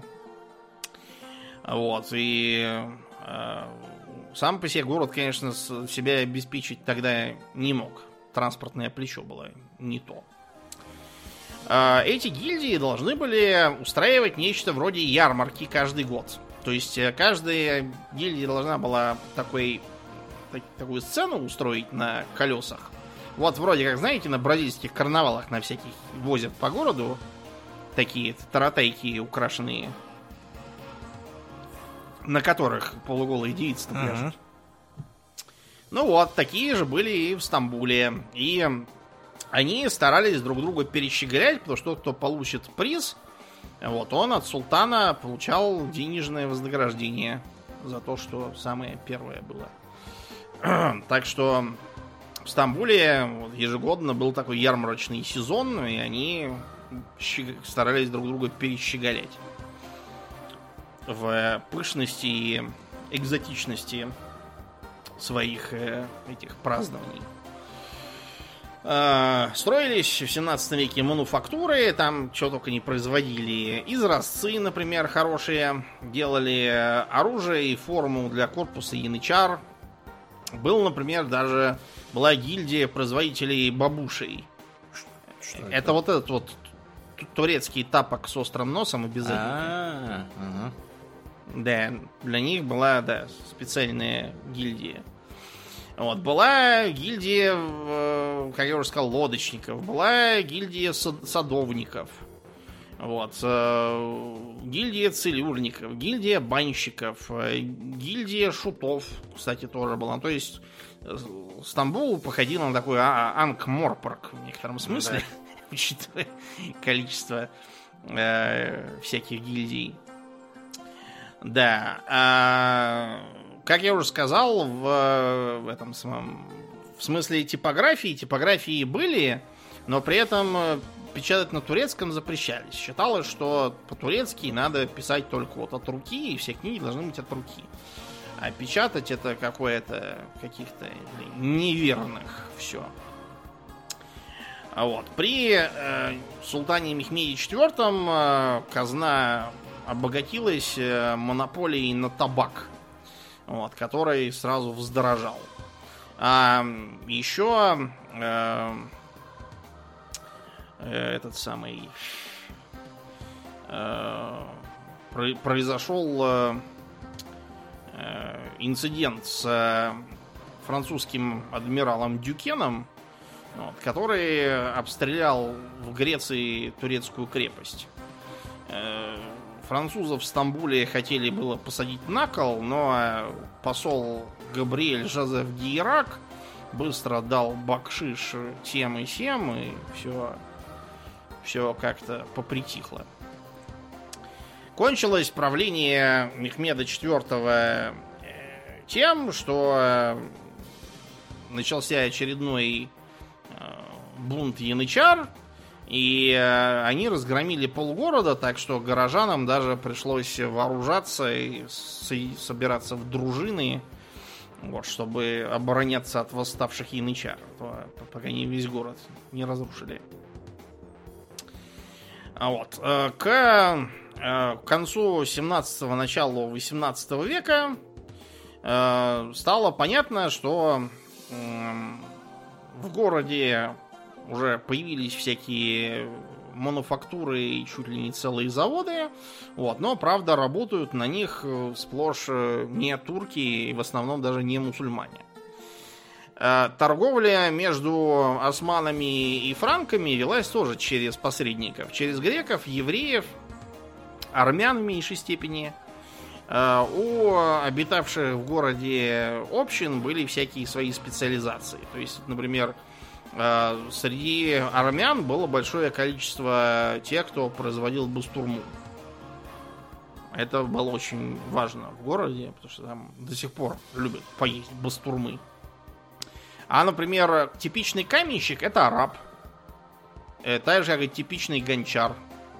Вот, и... Э, Сам по себе город, конечно, себя обеспечить тогда не мог. Транспортное плечо было не то. Эти гильдии должны были устраивать нечто вроде ярмарки каждый год. То есть каждая гильдия должна была такой, так, такую сцену устроить на колесах. Вот вроде как, знаете, на бразильских карнавалах на всяких возят по городу такие таратайки украшенные, на которых полуголые девицы пляшут. Uh-huh. Ну вот, такие же были и в Стамбуле. И они старались друг друга перещеголять, потому что тот, кто получит приз, вот, он от султана получал денежное вознаграждение за то, что самое первое было. Так что в Стамбуле вот, ежегодно был такой ярмарочный сезон, и они старались друг друга перещеголять в пышности и экзотичности своих э, этих празднований. Э, строились в семнадцатом веке мануфактуры, там что только не производили. Изразцы, например, хорошие. Делали оружие и форму для корпуса янычар. Был, например, даже была гильдия производителей бабушей. Что это? это вот этот вот турецкий тапок с острым носом и без задника. А, ага. Да, для них была, да, специальная гильдия. Вот, была гильдия, э, как я уже сказал, лодочников, была гильдия сад- садовников, вот, э, гильдия целюрников, гильдия банщиков, э, гильдия шутов, кстати, тоже была. То есть э, Стамбул походил на такой а- Анкморпорг в некотором смысле, да. Учитывая количество э, всяких гильдий. Да, а... как я уже сказал, в, в этом самом, в смысле типографии, типографии были, но при этом печатать на турецком запрещались. Считалось, что по-турецки надо писать только вот от руки, и все книги должны быть от руки. А печатать это какое-то каких-то неверных все. А вот. При э, султане Мехмеде четвёртом э, казна обогатилась э, монополией на табак. Вот, который сразу вздорожал. А еще э, э, этот самый э, про- произошел э, инцидент с э, французским адмиралом Дюкеном, вот, который обстрелял в Греции турецкую крепость. Э, Французов в Стамбуле хотели было посадить на кол, но посол Габриэль Жозеф Д'Ирак быстро дал бакшиш тем и сем, и все, все как-то попритихло. Кончилось правление Мехмеда четвёртого тем, что начался очередной бунт янычар, и э, они разгромили полгорода, так что горожанам даже пришлось вооружаться и с- собираться в дружины, вот, чтобы обороняться от восставших янычар, пока они весь город не разрушили. А вот. Э, к э, концу семнадцатого, началу восемнадцатого века э, стало понятно, что э, в городе уже появились всякие мануфактуры и чуть ли не целые заводы. Вот. Но, правда, работают на них сплошь не турки и в основном даже не мусульмане. Торговля между османами и франками велась тоже через посредников. Через греков, евреев, армян в меньшей степени. У обитавших в городе общин были всякие свои специализации. То есть, например, среди армян было большое количество тех, кто производил бастурму. Это было очень важно в городе, потому что там до сих пор любят поесть бастурмы. А, например, типичный каменщик — это араб. Так же, как и типичный гончар.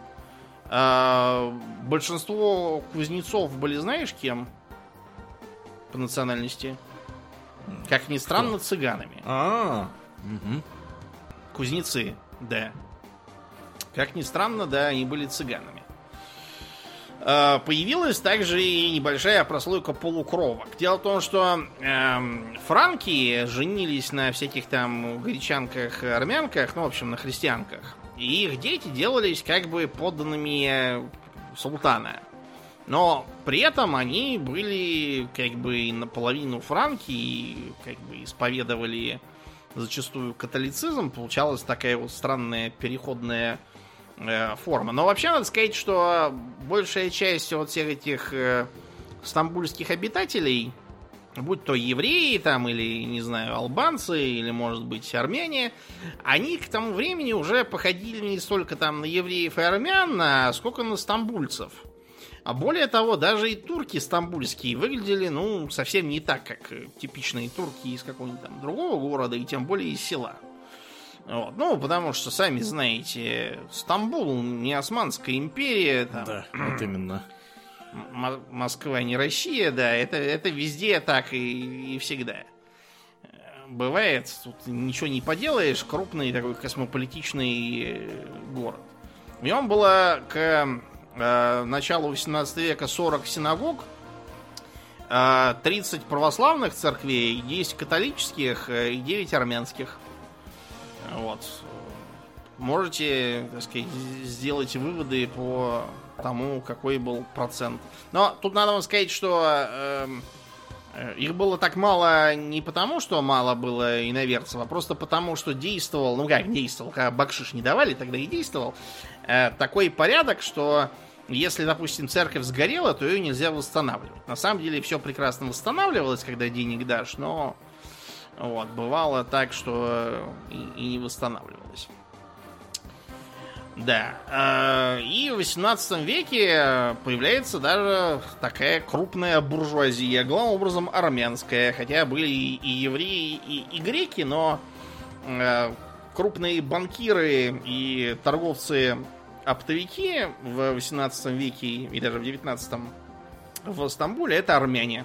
Большинство кузнецов были, знаешь, кем по национальности? Как ни странно, кто? Цыганами. А, угу. Кузнецы, да. Как ни странно, да, они были цыганами. Появилась также и небольшая прослойка полукровок. Дело в том, что э, франки женились на всяких там гречанках, армянках, ну, в общем, на христианках. И их дети делались как бы подданными султана. Но при этом они были как бы наполовину франки и как бы исповедовали зачастую католицизм. Получалась такая вот странная переходная э, форма. Но вообще надо сказать, что большая часть вот всех этих э, стамбульских обитателей, будь то евреи там, или, не знаю, албанцы, или, может быть, армяне, они к тому времени уже походили не столько там на евреев и армян, а сколько на стамбульцев. А более того, даже и турки стамбульские выглядели, ну, совсем не так, как типичные турки из какого-нибудь там другого города, и тем более из села. Вот. Ну, потому что, сами знаете, Стамбул не Османская империя. Там, да, вот именно. Москва не Россия, да, это, это везде так и, и всегда бывает, тут ничего не поделаешь, крупный такой космополитичный город. В нем было к э, началу восемнадцатого века сорок синагог, э, тридцать православных церквей, десять католических и девять армянских. Вот. Можете, так сказать, сделать выводы по тому, какой был процент. Но тут надо вам сказать, что э, их было так мало не потому, что мало было иноверцев, а просто потому, что действовал, ну как действовал, когда бакшиш не давали, тогда и действовал, э, такой порядок, что если, допустим, церковь сгорела, то ее нельзя восстанавливать. На самом деле все прекрасно восстанавливалось, когда денег дашь, но вот, бывало так, что и, и не восстанавливалось. Да. И в восемнадцатом веке появляется даже такая крупная буржуазия, главным образом армянская, хотя были и евреи, и, и греки, но крупные банкиры и торговцы-оптовики в восемнадцатом веке и даже в девятнадцатом в Стамбуле — это армяне.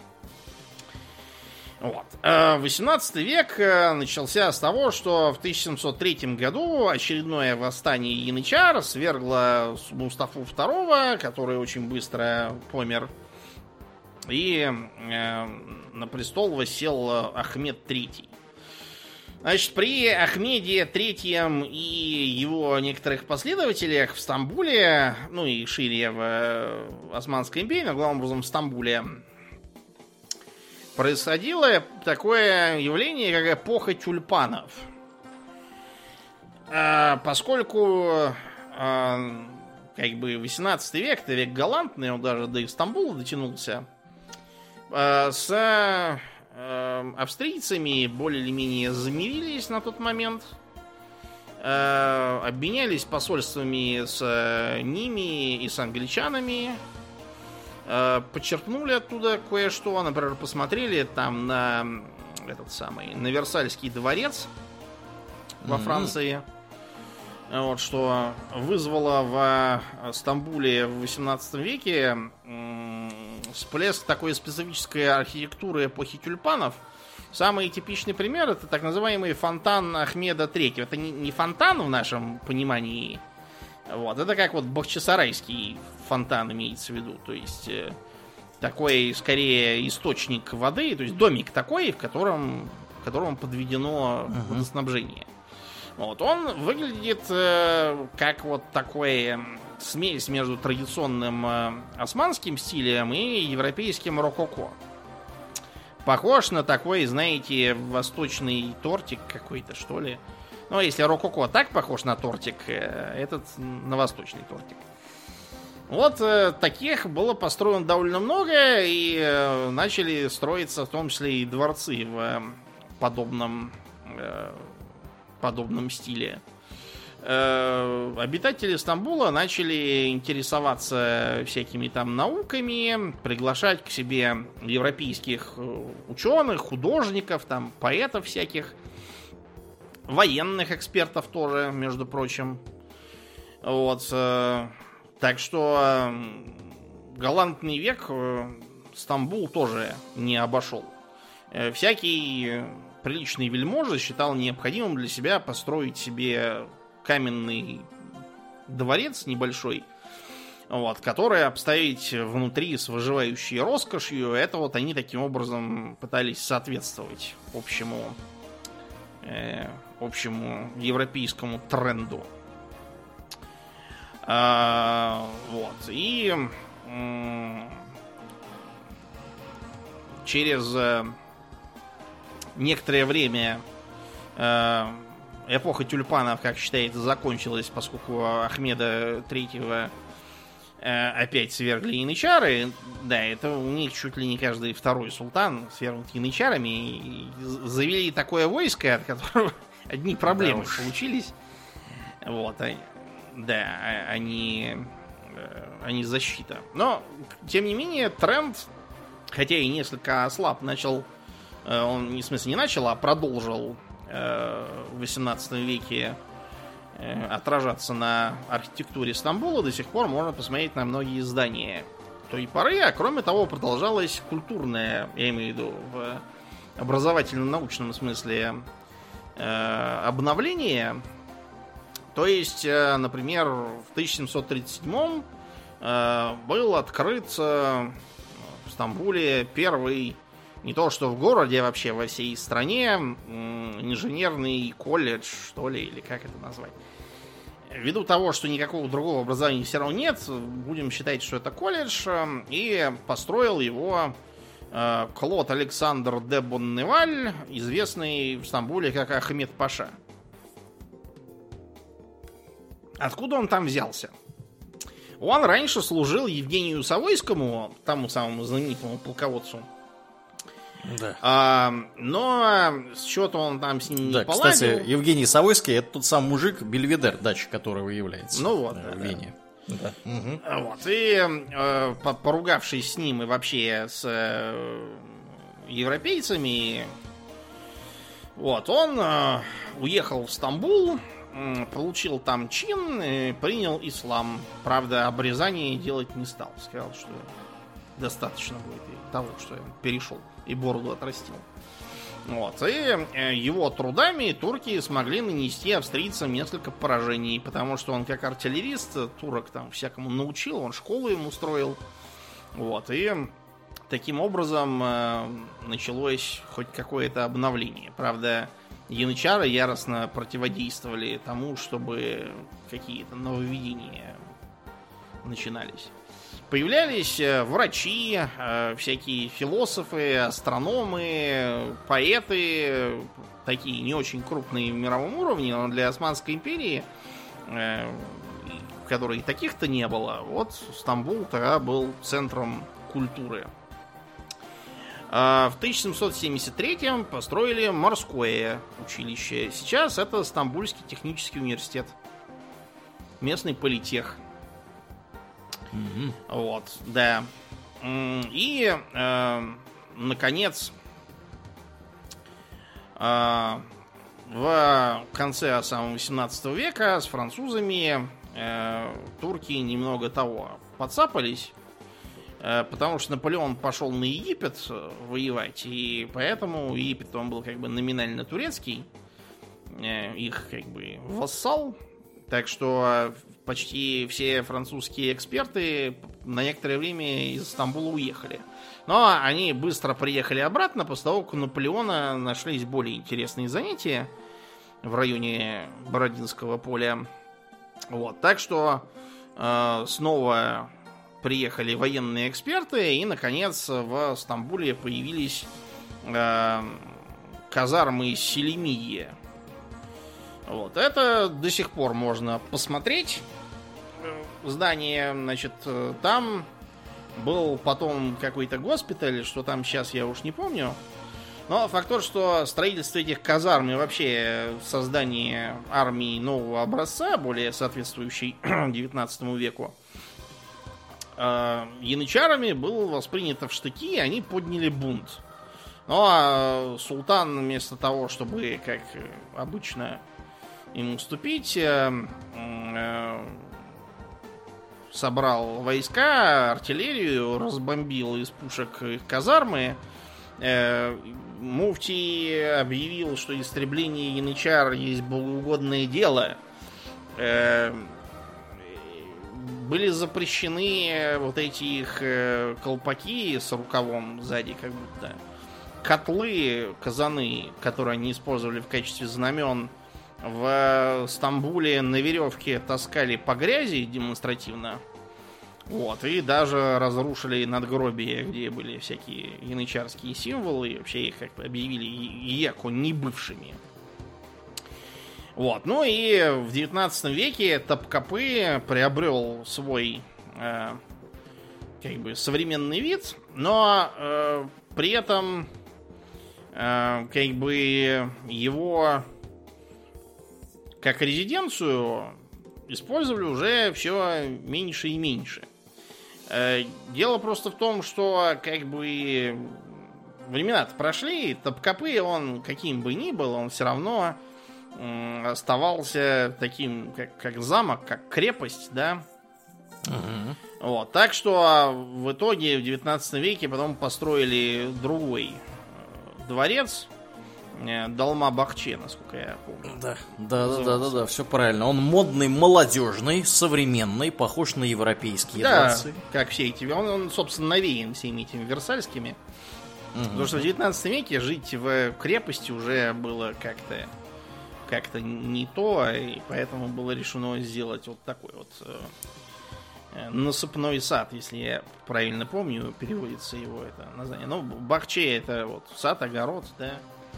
Вот. восемнадцатый век начался с того, что в тысяча семьсот третьем году очередное восстание янычар свергло Мустафу второго, который очень быстро помер. И э, на престол воссел Ахмед третий. Значит, при Ахмеде третьем и его некоторых последователях в Стамбуле, ну и шире в Османской империи, но главным образом в Стамбуле, происходило такое явление, как эпоха тюльпанов. А, поскольку а, как бы восемнадцатый век, это век галантный, он даже до Стамбула дотянулся, а, с а, австрийцами более или менее замирились на тот момент, а, обменялись посольствами с ними и с англичанами, подчеркнули оттуда кое-что. Например, посмотрели там на этот самый, на Версальский дворец во Франции. Mm-hmm. Вот, что вызвало в Стамбуле в восемнадцатом веке всплеск такой специфической архитектуры эпохи тюльпанов. Самый типичный пример — это так называемый фонтан Ахмеда третьего. Это не, не фонтан в нашем понимании. Вот, это как вот бахчисарайский фонтан имеется в виду. То есть э, такой, скорее, источник воды, то есть домик такой, в котором, в котором подведено uh-huh. водоснабжение. Вот, он выглядит э, как вот такой смесь между традиционным э, османским стилем и европейским рококо. Похож на такой, знаете, восточный тортик какой-то, что ли. Ну, если рококо так похож на тортик, этот на восточный тортик. Вот э, таких было построено довольно много, и э, начали строиться в том числе и дворцы в э, подобном, э, подобном стиле. Э, обитатели Стамбула начали интересоваться всякими там науками, приглашать к себе европейских ученых, художников, там, поэтов всяких, военных экспертов тоже, между прочим. Вот. Так что галантный век Стамбул тоже не обошел. Всякий приличный вельможа считал необходимым для себя построить себе каменный дворец небольшой, вот, который обставить внутри с выживающей роскошью. Это вот они таким образом пытались соответствовать общему общему европейскому тренду. А, вот. И м- через э, некоторое время э, эпоха тюльпанов, как считается, закончилась, поскольку Ахмеда третьего э, опять свергли янычары. Да, это у них чуть ли не каждый второй султан свергнут янычарами, и завели такое войско, от которого одни проблемы да получились. Вот, да, они, они защита. Но, тем не менее, тренд, хотя и несколько ослаб, начал, он, в смысле, не начал, а продолжил в восемнадцатом веке отражаться на архитектуре Стамбула. До сих пор можно посмотреть на многие здания той поры. А кроме того, продолжалась культурная, я имею в виду, в образовательно-научном смысле э, обновление. То есть, э, например, в тысяча семьсот тридцать седьмом э, был открыт э, в Стамбуле первый, не то что в городе, а вообще во всей стране, э, инженерный колледж, что ли, или как это назвать. Ввиду того, что никакого другого образования все равно нет, будем считать, что это колледж, и построил его э, Клод Александр де Бонневаль, известный в Стамбуле как Ахмед Паша. Откуда он там взялся? Он раньше служил Евгению Савойскому, тому самому знаменитому полководцу. Да. А, но что-то он там с ним не да, поладил. Кстати, Евгений Савойский — это тот самый мужик, Бельведер, дача которого является. Ну вот, да, да, в Вене. Да. Угу. Вот, и э, поругавшись с ним и вообще с э, европейцами, вот, он э, уехал в Стамбул, э, получил там чин, э, принял ислам. Правда, обрезание делать не стал. Сказал, что достаточно будет и того, что он перешел и бороду отрастил. Вот. И его трудами турки смогли нанести австрийцам несколько поражений, потому что он как артиллерист турок там всякому научил, он школу им устроил. Вот. И таким образом началось хоть какое-то обновление. Правда, янычары яростно противодействовали тому, чтобы какие-то нововведения начинались. Появлялись врачи, всякие философы, астрономы, поэты, такие не очень крупные в мировом уровне, но для Османской империи, в которой таких-то не было, вот Стамбул тогда был центром культуры. В тысяча семьсот семьдесят третьем построили морское училище. Сейчас это Стамбульский технический университет. Местный политех. Mm-hmm. Вот, да. И, э, наконец, э, в конце самого восемнадцатого века с французами э, турки немного того подцапались, э, потому что Наполеон пошел на Египет воевать, и поэтому Египет, он был как бы номинально турецкий, э, их как бы вассал, так что почти все французские эксперты на некоторое время из Стамбула уехали. Но они быстро приехали обратно, после того, как у Наполеона нашлись более интересные занятия в районе Бородинского поля. Вот. Так что э, снова приехали военные эксперты, и, наконец, в Стамбуле появились э, казармы Селимия. Вот. Это до сих пор можно посмотреть. Здание, значит, там был потом какой-то госпиталь, что там сейчас я уж не помню. Но факт тот, что строительство этих казарм и вообще создание армии нового образца, более соответствующей девятнадцатому веку, янычарами было воспринято в штыки, и они подняли бунт. Ну а султан вместо того, чтобы, как обычно, им уступить, собрал войска, артиллерию, разбомбил из пушек их казармы. Муфтий объявил, что истребление янычар есть богоугодное дело. Были запрещены вот эти их колпаки с рукавом сзади, как будто котлы, казаны, которые они использовали в качестве знамен, в Стамбуле на веревке таскали по грязи демонстративно. Вот, и даже разрушили надгробия, где были всякие янычарские символы, и вообще их как бы объявили яко небывшими. Вот, ну и в девятнадцатом веке Топкапы приобрел свой э, как бы современный вид, но э, при этом э, как бы его как резиденцию использовали уже все меньше и меньше. Дело просто в том, что как бы времена-то прошли, Топкапы, он каким бы ни был, он все равно оставался таким, как, как замок, как крепость, да. Uh-huh. Вот, так что в итоге в девятнадцатом веке потом построили другой дворец Долма-Бахче, насколько я помню. Да, да, да, да, да, да, все правильно. Он модный, молодежный, современный, похож на европейские да, дворцы. Как все эти. Он, он, собственно, навеян всеми этими версальскими. Угу. Потому что в девятнадцатом веке жить в крепости уже было как-то как-то не то, и поэтому было решено сделать вот такой вот э, насыпной сад, если я правильно помню, переводится его это название. Ну, Бахче это вот сад, огород, да.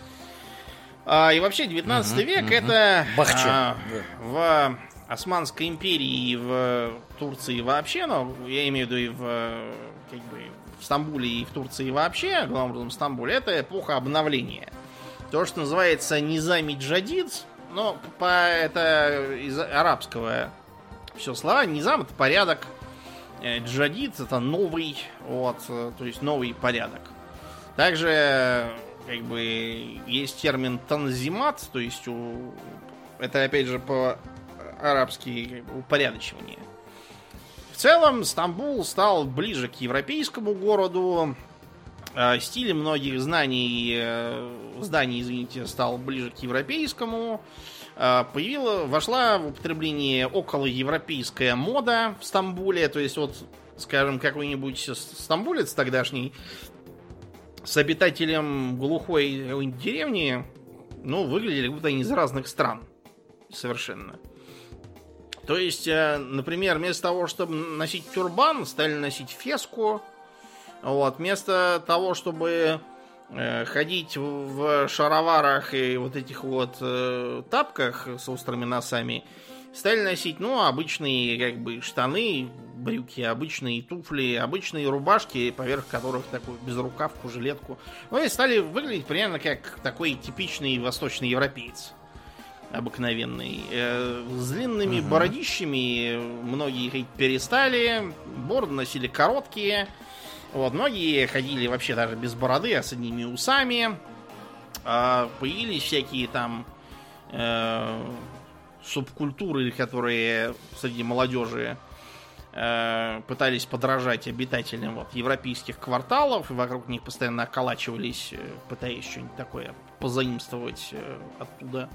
А, и вообще девятнадцатый угу, век угу. это Бахче, а, да. в Османской империи и в Турции вообще, но я имею в виду и в, как бы, в Стамбуле и в Турции вообще, главным образом в Стамбуле, это эпоха обновления. То, что называется Низами Джадид, но по, это из арабского все слова. Низам это порядок, Джадид это новый, вот, то есть новый порядок. Также как бы есть термин танзимат, то есть у, это опять же по-арабски как бы, упорядочивание. В целом Стамбул стал ближе к европейскому городу. Стиль многих знаний, зданий, извините, стал ближе к европейскому. Появила, вошла в употребление околоевропейская мода в Стамбуле. То есть вот, скажем, какой-нибудь стамбулец тогдашний с обитателем глухой деревни, ну, выглядели как будто они из разных стран. Совершенно. То есть, например, вместо того, чтобы носить тюрбан, стали носить феску. Вот, вместо того, чтобы э, ходить в шароварах и вот этих вот э, тапках с острыми носами, стали носить, ну, обычные, как бы, штаны, брюки, обычные туфли, обычные рубашки, поверх которых такую безрукавку, жилетку. Ну, и стали выглядеть примерно как такой типичный восточный европеец. Обыкновенный. Э, с длинными угу. бородищами многие ходить перестали, бороды носили короткие. Вот, многие ходили вообще даже без бороды, а с одними усами. А, появились всякие там э, субкультуры, которые среди молодежи э, пытались подражать обитателям вот, европейских кварталов, и вокруг них постоянно околачивались, пытаясь что-нибудь такое позаимствовать э, оттуда.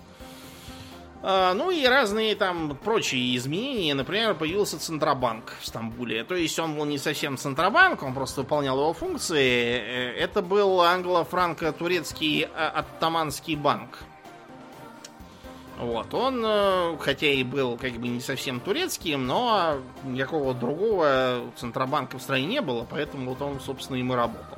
А, ну и разные там прочие изменения. Например, появился Центробанк в Стамбуле. То есть он был не совсем Центробанк, он просто выполнял его функции. Это был англо-франко-турецкий Оттоманский банк. Вот, он, хотя и был как бы не совсем турецким, но никакого другого Центробанка в стране не было, поэтому вот он, собственно, им и работал.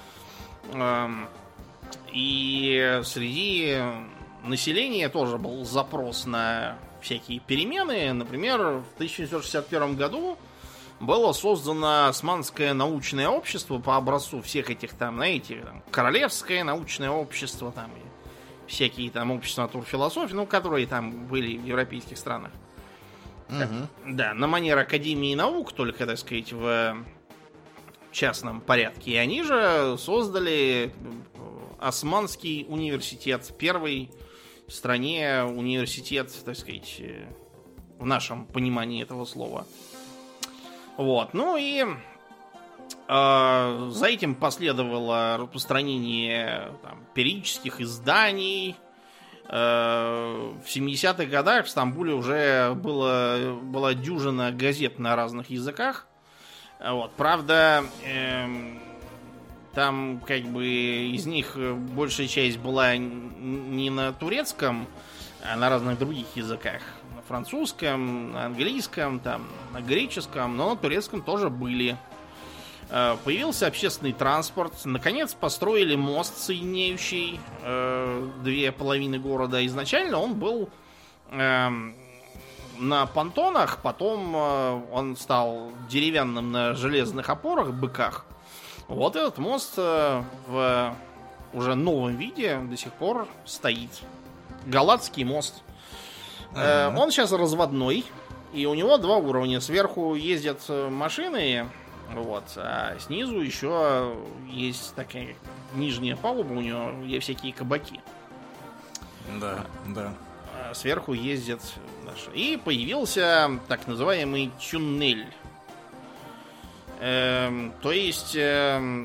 И среди населения тоже был запрос на всякие перемены. Например, в тысяча девятьсот шестьдесят первом году было создано Османское научное общество по образцу всех этих там, знаете, там, Королевское научное общество, там, и всякие там общества натурфилософии, ну, которые там были в европейских странах. Угу. Да, на манер Академии наук, только, так сказать, в частном порядке. И они же создали Османский университет, первый в стране университет, так сказать, в нашем понимании этого слова. Вот, ну и э, за этим последовало распространение там, периодических изданий. Э, в семидесятых годах в Стамбуле уже было, была дюжина газет на разных языках. Вот, правда, э, там как бы из них большая часть была не на турецком, а на разных других языках. На французском, на английском, там, на греческом, но на турецком тоже были. Появился общественный транспорт. Наконец построили мост, соединяющий э, две половины города. Изначально он был э, на понтонах, потом э, он стал деревянным на железных опорах, быках. Вот этот мост э, в уже новом виде до сих пор стоит. Галатский мост. Uh-huh. Э, он сейчас разводной, и у него два уровня. Сверху ездят машины, вот, а снизу еще есть такая нижняя палуба у него, где всякие кабаки. Да, да. А сверху ездят наши. И появился так называемый тюннель. Эм, то есть эм,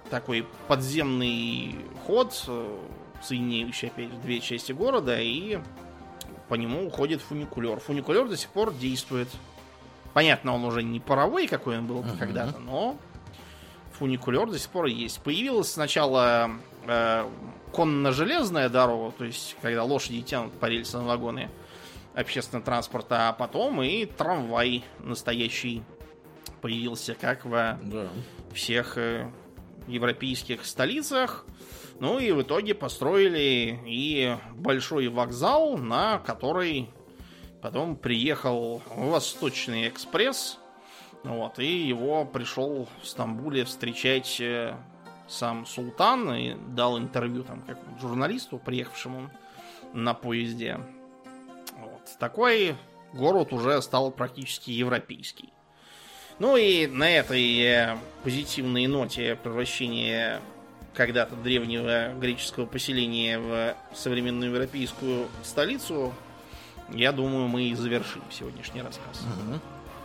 такой подземный ход, соединяющий опять две части города, и по нему уходит фуникулер. Фуникулер до сих пор действует. Понятно, он уже не паровой, какой он был uh-huh. когда-то, но фуникулер до сих пор есть. Появилась сначала э, конно-железная дорога, то есть когда лошади тянут по рельсам вагоны общественного транспорта, а потом и трамвай настоящий появился, как во да. всех э, европейских столицах. Ну и в итоге построили и большой вокзал, на который потом приехал Восточный экспресс. Вот, и его пришел в Стамбуле встречать э, сам султан и дал интервью там как журналисту, приехавшему на поезде. Вот. Такой город уже стал практически европейский. Ну и на этой э, позитивной ноте превращения когда-то древнего греческого поселения в современную европейскую столицу, я думаю, мы и завершим сегодняшний рассказ. Угу.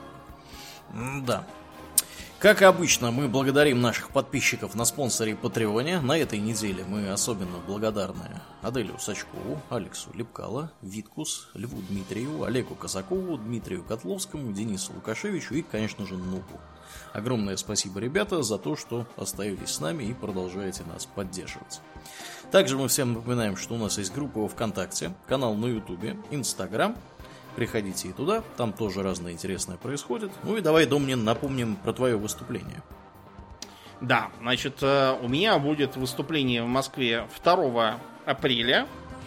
Да. Как обычно, мы благодарим наших подписчиков на спонсоре и Патреоне. На этой неделе мы особенно благодарны Аделю Сачкову, Алексу Лепкало, Виткус, Льву Дмитриеву, Олегу Казакову, Дмитрию Котловскому, Денису Лукашевичу и, конечно же, Нуку. Огромное спасибо, ребята, за то, что остаетесь с нами и продолжаете нас поддерживать. Также мы всем напоминаем, что у нас есть группа во ВКонтакте, канал на Ютубе, Инстаграм. Приходите и туда, там тоже разное интересное происходит. Ну и давай, Домнин, напомним про твое выступление. Да, значит, у меня будет выступление в Москве второго апреля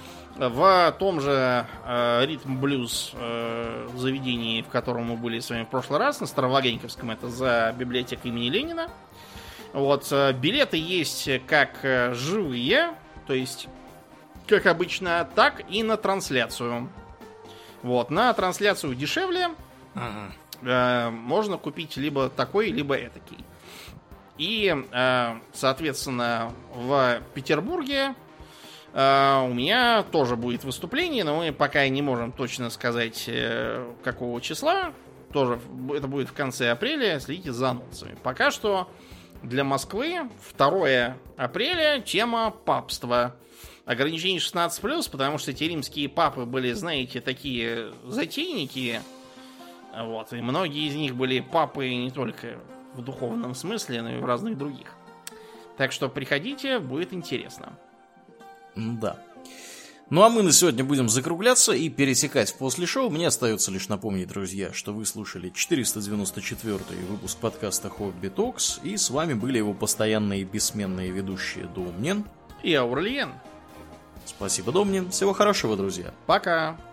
в том же э, ритм-блюз э, заведении, в котором мы были с вами в прошлый раз, на Старовагеньковском, это за библиотекой имени Ленина. Вот, э, билеты есть как э, живые, то есть, как обычно, так и на трансляцию. Вот, на трансляцию дешевле. Uh-huh. э, можно купить либо такой, либо этакий. И, э, соответственно, в Петербурге Uh, у меня тоже будет выступление, но мы пока не можем точно сказать, э, какого числа. Тоже это будет в конце апреля. Следите за анонсами. Пока что для Москвы второго апреля тема папства. Ограничение шестнадцать плюс, потому что эти римские папы были, знаете, такие затейники. Вот, и многие из них были папы не только в духовном смысле, но и в разных других. Так что приходите, будет интересно. Да. Ну а мы на сегодня будем закругляться и пересекать в после шоу. Мне остается лишь напомнить, друзья, что вы слушали четыреста девяносто четвёртый выпуск подкаста Хобби Токс, и с вами были его постоянные и бессменные ведущие Домнин и Аурлиен. Спасибо, Домнин. Всего хорошего, друзья. Пока.